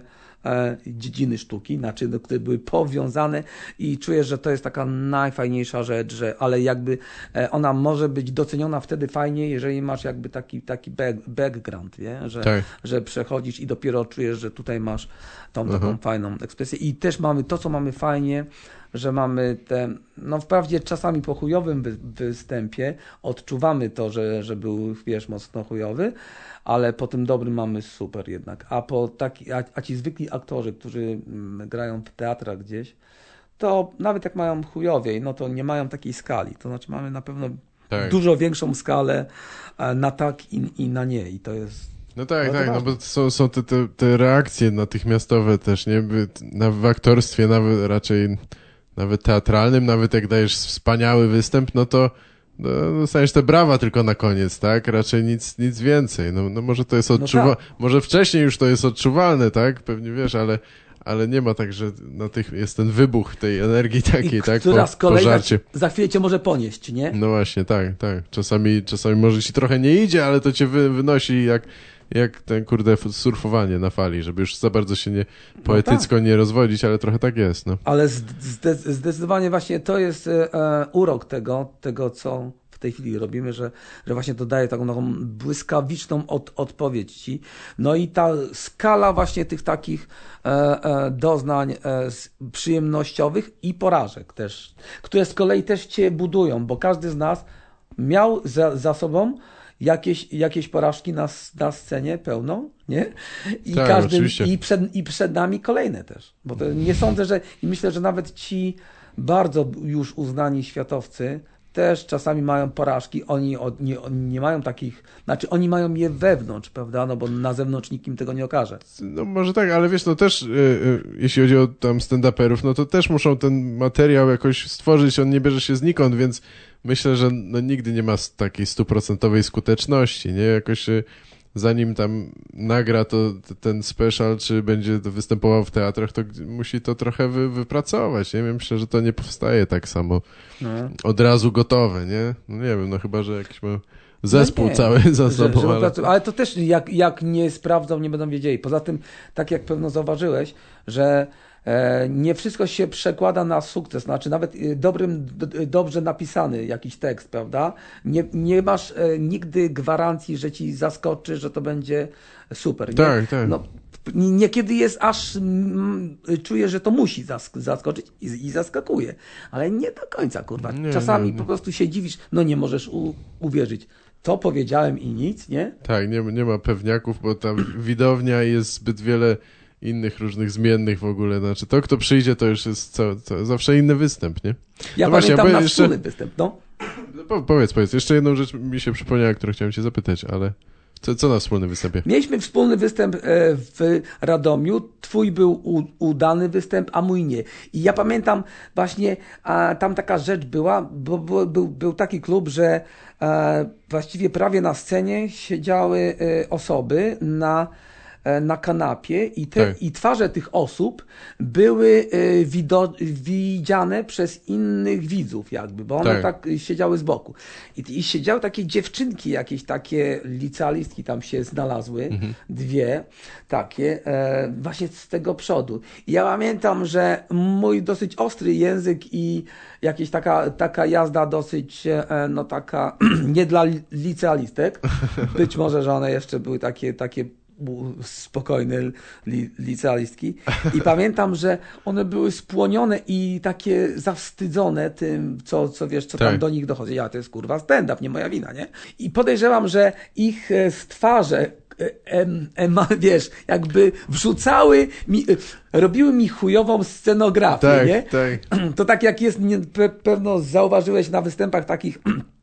e, dziedziny sztuki, znaczy, no, które były powiązane i czuję, że to jest taka najfajniejsza rzecz, że, ale jakby e, ona może być doceniona wtedy fajnie, jeżeli masz jakby taki, taki back, background, nie? Że, tak. że przechodzisz i dopiero czujesz, że tutaj masz tą taką Aha. fajną ekspresję i też mamy to, co mamy fajnie, że mamy te, no wprawdzie czasami po chujowym wy, występie odczuwamy to, że, że był, wiesz, mocno chujowy, ale po tym dobrym mamy super jednak. A po taki, a, a ci zwykli aktorzy, którzy mm, grają w teatrach gdzieś, to nawet jak mają chujowiej, no to nie mają takiej skali. To znaczy mamy na pewno Tak. dużo większą skalę e, na tak i, i na nie. I to jest No tak, bardzo tak, no ważne. bo są, są te, te, te reakcje natychmiastowe też, nie? By- Na, w aktorstwie nawet raczej, nawet teatralnym, nawet jak dajesz wspaniały występ, no to no, dostajesz te brawa tylko na koniec, tak? Raczej nic, nic więcej. No, no może to jest odczuwalne, tak. może wcześniej już to jest odczuwalne, tak? Pewnie wiesz, ale, ale nie ma tak, że na tych jest ten wybuch tej energii takiej, I tak? która Po, z kolei po żarcie. za chwilę cię może ponieść, nie? No właśnie, tak, tak. Czasami, czasami może ci trochę nie idzie, ale to cię wy, wynosi jak, jak ten kurde surfowanie na fali, żeby już za bardzo się nie poetycko nie rozwodzić, ale trochę tak jest, no. Ale zde zdecydowanie właśnie to jest e, urok tego, tego, co w tej chwili robimy, że, że właśnie to daje taką, taką błyskawiczną od, odpowiedź ci. No i ta skala właśnie tych takich e, e, doznań e, przyjemnościowych i porażek też, które z kolei też cię budują, bo każdy z nas miał za, za sobą jakieś, jakieś porażki na, na scenie pełną, nie? I Tak, każdy, oczywiście. i przed, i przed nami kolejne też. Bo to nie sądzę, że i myślę, że nawet ci bardzo już uznani światowcy też czasami mają porażki, oni, od, nie, oni nie mają takich, znaczy oni mają je wewnątrz, prawda, no bo na zewnątrz nikt im tego nie okaże. No może tak, ale wiesz, no też y, y, jeśli chodzi o tam stand-uperów, no to też muszą ten materiał jakoś stworzyć, on nie bierze się znikąd, więc myślę, że no, nigdy nie ma s- takiej stuprocentowej skuteczności, nie? Jakoś y, zanim tam nagra to t- ten special, czy będzie to występował w teatrach, to g- musi to trochę wy, wypracować, nie? Myślę, że to nie powstaje tak samo No. od razu gotowe, nie? No nie wiem, no chyba, że jakiś ma zespół No nie, cały za że- sobą, że ale... pracują. Ale to też jak, jak nie sprawdzą, nie będą wiedzieli. Poza tym, tak jak pewno zauważyłeś, że e, nie wszystko się przekłada na sukces. Znaczy nawet e, dobrym, d, dobrze napisany jakiś tekst, prawda? Nie, nie masz e, nigdy gwarancji, że ci zaskoczy, że to będzie super. Nie? Tak, tak. No, niekiedy jest aż mm, czuję, że to musi zask zaskoczyć i, i zaskakuje, ale nie do końca, kurwa. Nie, Czasami nie, nie. po prostu się dziwisz, no nie możesz u, uwierzyć. To powiedziałem i nic, nie? Tak, nie, nie ma pewniaków, bo tam widownia jest zbyt wiele innych różnych zmiennych w ogóle. Znaczy to, kto przyjdzie, to już jest co, co, zawsze inny występ, nie? Ja No właśnie, pamiętam bo nasz jeszcze- wspólny występ, no. No, po, powiedz, powiedz. Jeszcze jedną rzecz mi się przypomniała, którą chciałem cię zapytać, ale co, co na wspólnym występie? Mieliśmy wspólny występ e, w Radomiu. Twój był u, udany występ, a mój nie. I ja pamiętam właśnie, a, tam taka rzecz była, bo był, był, był taki klub, że e, właściwie prawie na scenie siedziały e, osoby na, e, na kanapie i, te, Tak. i twarze tych osób były e, wido, widziane przez innych widzów jakby, bo one Tak. tak siedziały z boku. I, i siedziały takie dziewczynki, jakieś takie licealistki tam się znalazły, dwie takie, e, właśnie z tego przodu. I ja pamiętam, że mój dosyć ostry język i jakieś taka, taka jazda dosyć, e, no taka, nie dla li- licealistek, być może, że one jeszcze były takie, takie u- spokojne li, licealistki. I pamiętam, że one były spłonione i takie zawstydzone tym, co, co wiesz, co tam Tak. do nich dochodzi. Ja, to jest kurwa stand-up, nie moja wina, nie? I podejrzewam, że ich e, z twarze e, em, em, wiesz, jakby wrzucały mi, e, robiły mi chujową scenografię, Tak, nie? tak. To tak jak jest, nie, pe, pewno zauważyłeś na występach takich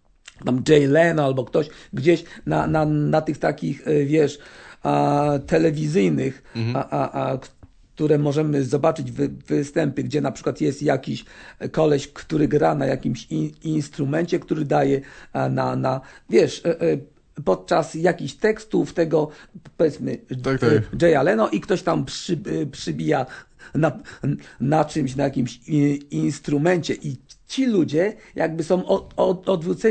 tam Jay Leno albo ktoś gdzieś na, na, na tych takich, e, wiesz, a, telewizyjnych, a, a, a, które możemy zobaczyć wy, występy, gdzie na przykład jest jakiś koleś, który gra na jakimś in, instrumencie, który daje a, na, na, wiesz, e, e, podczas jakichś tekstów tego, powiedzmy, Tak, tak. e, Jaya Leno i ktoś tam przy, e, przybija na, na czymś, na jakimś i, instrumencie i ci ludzie jakby są od, od, odwróceni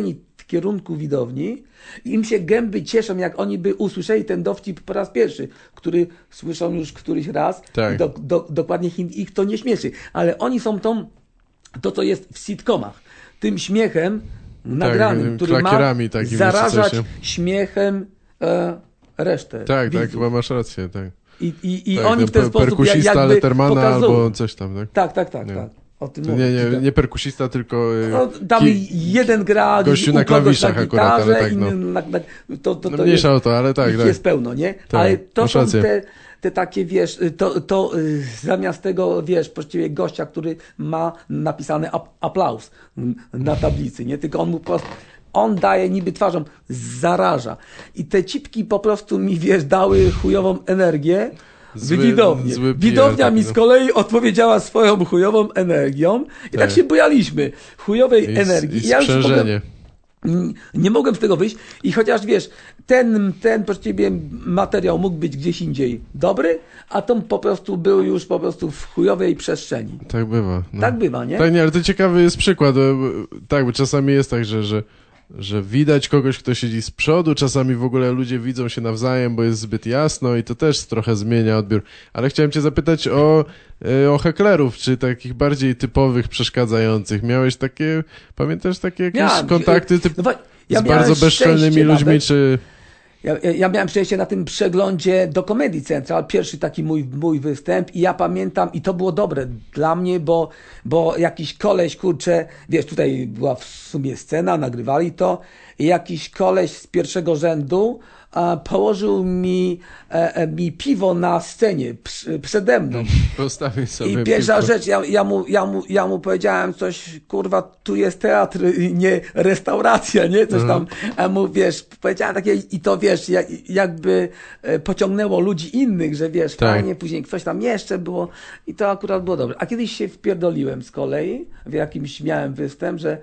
kierunku widowni i im się gęby cieszą, jak oni by usłyszeli ten dowcip po raz pierwszy, który słyszą już któryś raz tak. i do, do, dokładnie ich to nie śmieszy. Ale oni są tą, to co jest w sitcomach, tym śmiechem nagranym, tak, który ma takim zarażać śmiechem e, resztę. Tak, widzów. tak, chyba masz rację, tak. I, i, i tak, oni w ten sposób perkusista jakby Lettermana pokazują. albo coś tam, tak? Tak, tak, tak, nie. tak. O tym to mówię. nie, nie, nie perkusista, tylko no, tam ki... jeden gra gościu na klawiszach na akurat, ale tak, no. Na, na, to, to, no to mniejsza jest, o to, ale tak, tak. jest pełno, nie? Tak, ale to są rację. te, te takie, wiesz, to, to y, zamiast tego, wiesz, właściwie gościa, który ma napisany ap aplauz na tablicy, nie? Tylko on mu po prostu on daje niby twarzą, zaraża. I te cipki po prostu mi, wiesz, dały chujową energię Zły, w widowni. zły P R, Widownia tak, mi no. z kolei odpowiedziała swoją chujową energią i tak, tak się bujaliśmy. Chujowej I, energii. I ja już sprzężenie. mogłem, nie mogłem z tego wyjść i chociaż wiesz, ten, ten po ciebie materiał mógł być gdzieś indziej dobry, a to po prostu był już po prostu w chujowej przestrzeni. Tak bywa. No. Tak bywa, nie? Tak, nie, ale to ciekawy jest przykład. Tak, bo czasami jest tak, że, że, że widać kogoś, kto siedzi z przodu, czasami w ogóle ludzie widzą się nawzajem, bo jest zbyt jasno i to też trochę zmienia odbiór. Ale chciałem cię zapytać o, o heklerów, czy takich bardziej typowych, przeszkadzających. Miałeś takie, pamiętasz takie jakieś Miałem, kontakty typ, no, ja z bardzo bezczelnymi ludźmi, nawet. czy... Ja, ja miałem szczęście na tym przeglądzie do Comedy Central, pierwszy taki mój, mój występ i ja pamiętam, i to było dobre dla mnie, bo, bo jakiś koleś, kurczę, wiesz, tutaj była w sumie scena, nagrywali to i jakiś koleś z pierwszego rzędu a, położył mi, e, mi piwo na scenie przy, przede mną. Postawił sobie I pierwsza piwko. rzecz, ja, ja, mu, ja, mu, ja mu powiedziałem coś, kurwa, tu jest teatr, nie restauracja, nie? Coś tam, a mu, wiesz, powiedziałem takie i to, wiesz, jak, jakby pociągnęło ludzi innych, że wiesz, tak. fajnie, później coś tam jeszcze było i to akurat było dobre. A kiedyś się wpierdoliłem z kolei, w jakimś miałem występ, że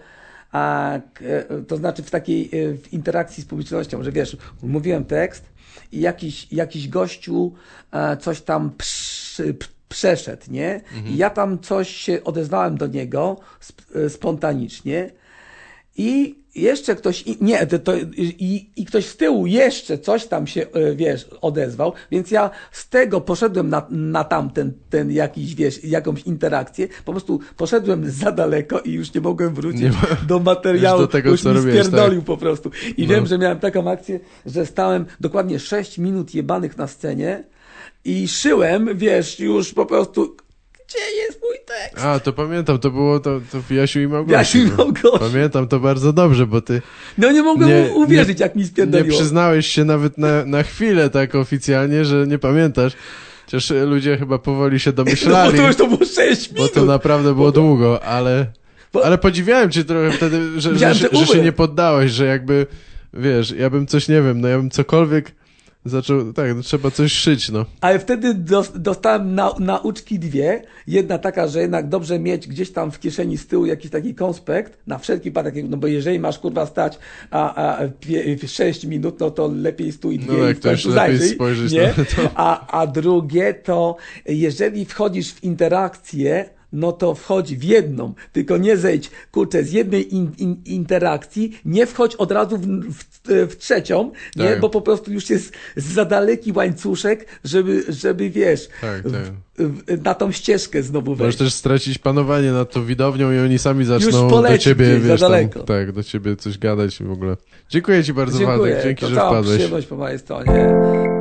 a, to znaczy w takiej w interakcji z publicznością, że wiesz, mówiłem tekst i jakiś, jakiś gościu coś tam przy, przeszedł, nie? Mhm. I ja tam coś się odezwałem do niego sp spontanicznie i jeszcze ktoś, nie, to, to, i, i ktoś z tyłu jeszcze coś tam się, wiesz, odezwał, więc ja z tego poszedłem na, na tamten, ten jakiś, wiesz, jakąś interakcję, po prostu poszedłem za daleko i już nie mogłem wrócić nie ma, do materiału, do tego, już co mi robisz, spierdolił tak. po prostu. I no. wiem, że miałem taką akcję, że stałem dokładnie sześć minut jebanych na scenie i szyłem, wiesz, już po prostu... Gdzie jest mój tekst? A, to pamiętam, to było to, to w Jasiu i Małgosi. Jasiu i Małgosi. Pamiętam to bardzo dobrze, bo ty... No nie mogłem nie, uwierzyć, nie, jak mi spierdoliło. Nie przyznałeś się nawet na, na chwilę tak oficjalnie, że nie pamiętasz. Chociaż ludzie chyba powoli się domyślali. No bo to już to było sześć minut. Bo to naprawdę było długo, ale... Bo... Ale podziwiałem cię trochę wtedy, że, że, że, że się nie poddałeś, że jakby, wiesz, ja bym coś, nie wiem, no ja bym cokolwiek... Zaczął, tak, no, trzeba coś szyć, no. Ale wtedy dostałem na, nauczki dwie. Jedna taka, że jednak dobrze mieć gdzieś tam w kieszeni z tyłu jakiś taki konspekt, na wszelki wypadek, no bo jeżeli masz kurwa stać a, a sześć minut, no to lepiej stój dwie no i tak, to już lepiej spojrzeć nie? na to. A, a drugie to, jeżeli wchodzisz w interakcję, no to wchodź w jedną, tylko nie zejdź, kurczę, z jednej in, in, interakcji, nie wchodź od razu w, w, w trzecią, nie, tak. bo po prostu już jest za daleki łańcuszek, żeby, żeby wiesz, tak, tak. W, w, na tą ścieżkę znowu wejść. Możesz też stracić panowanie nad tą widownią i oni sami zaczną do ciebie, wiesz, za tam, tak, do ciebie coś gadać w ogóle. Dziękuję ci bardzo, Dziękuję. Waldek, dzięki, to że cała wpadłeś. Przyjemność po mojej stronie.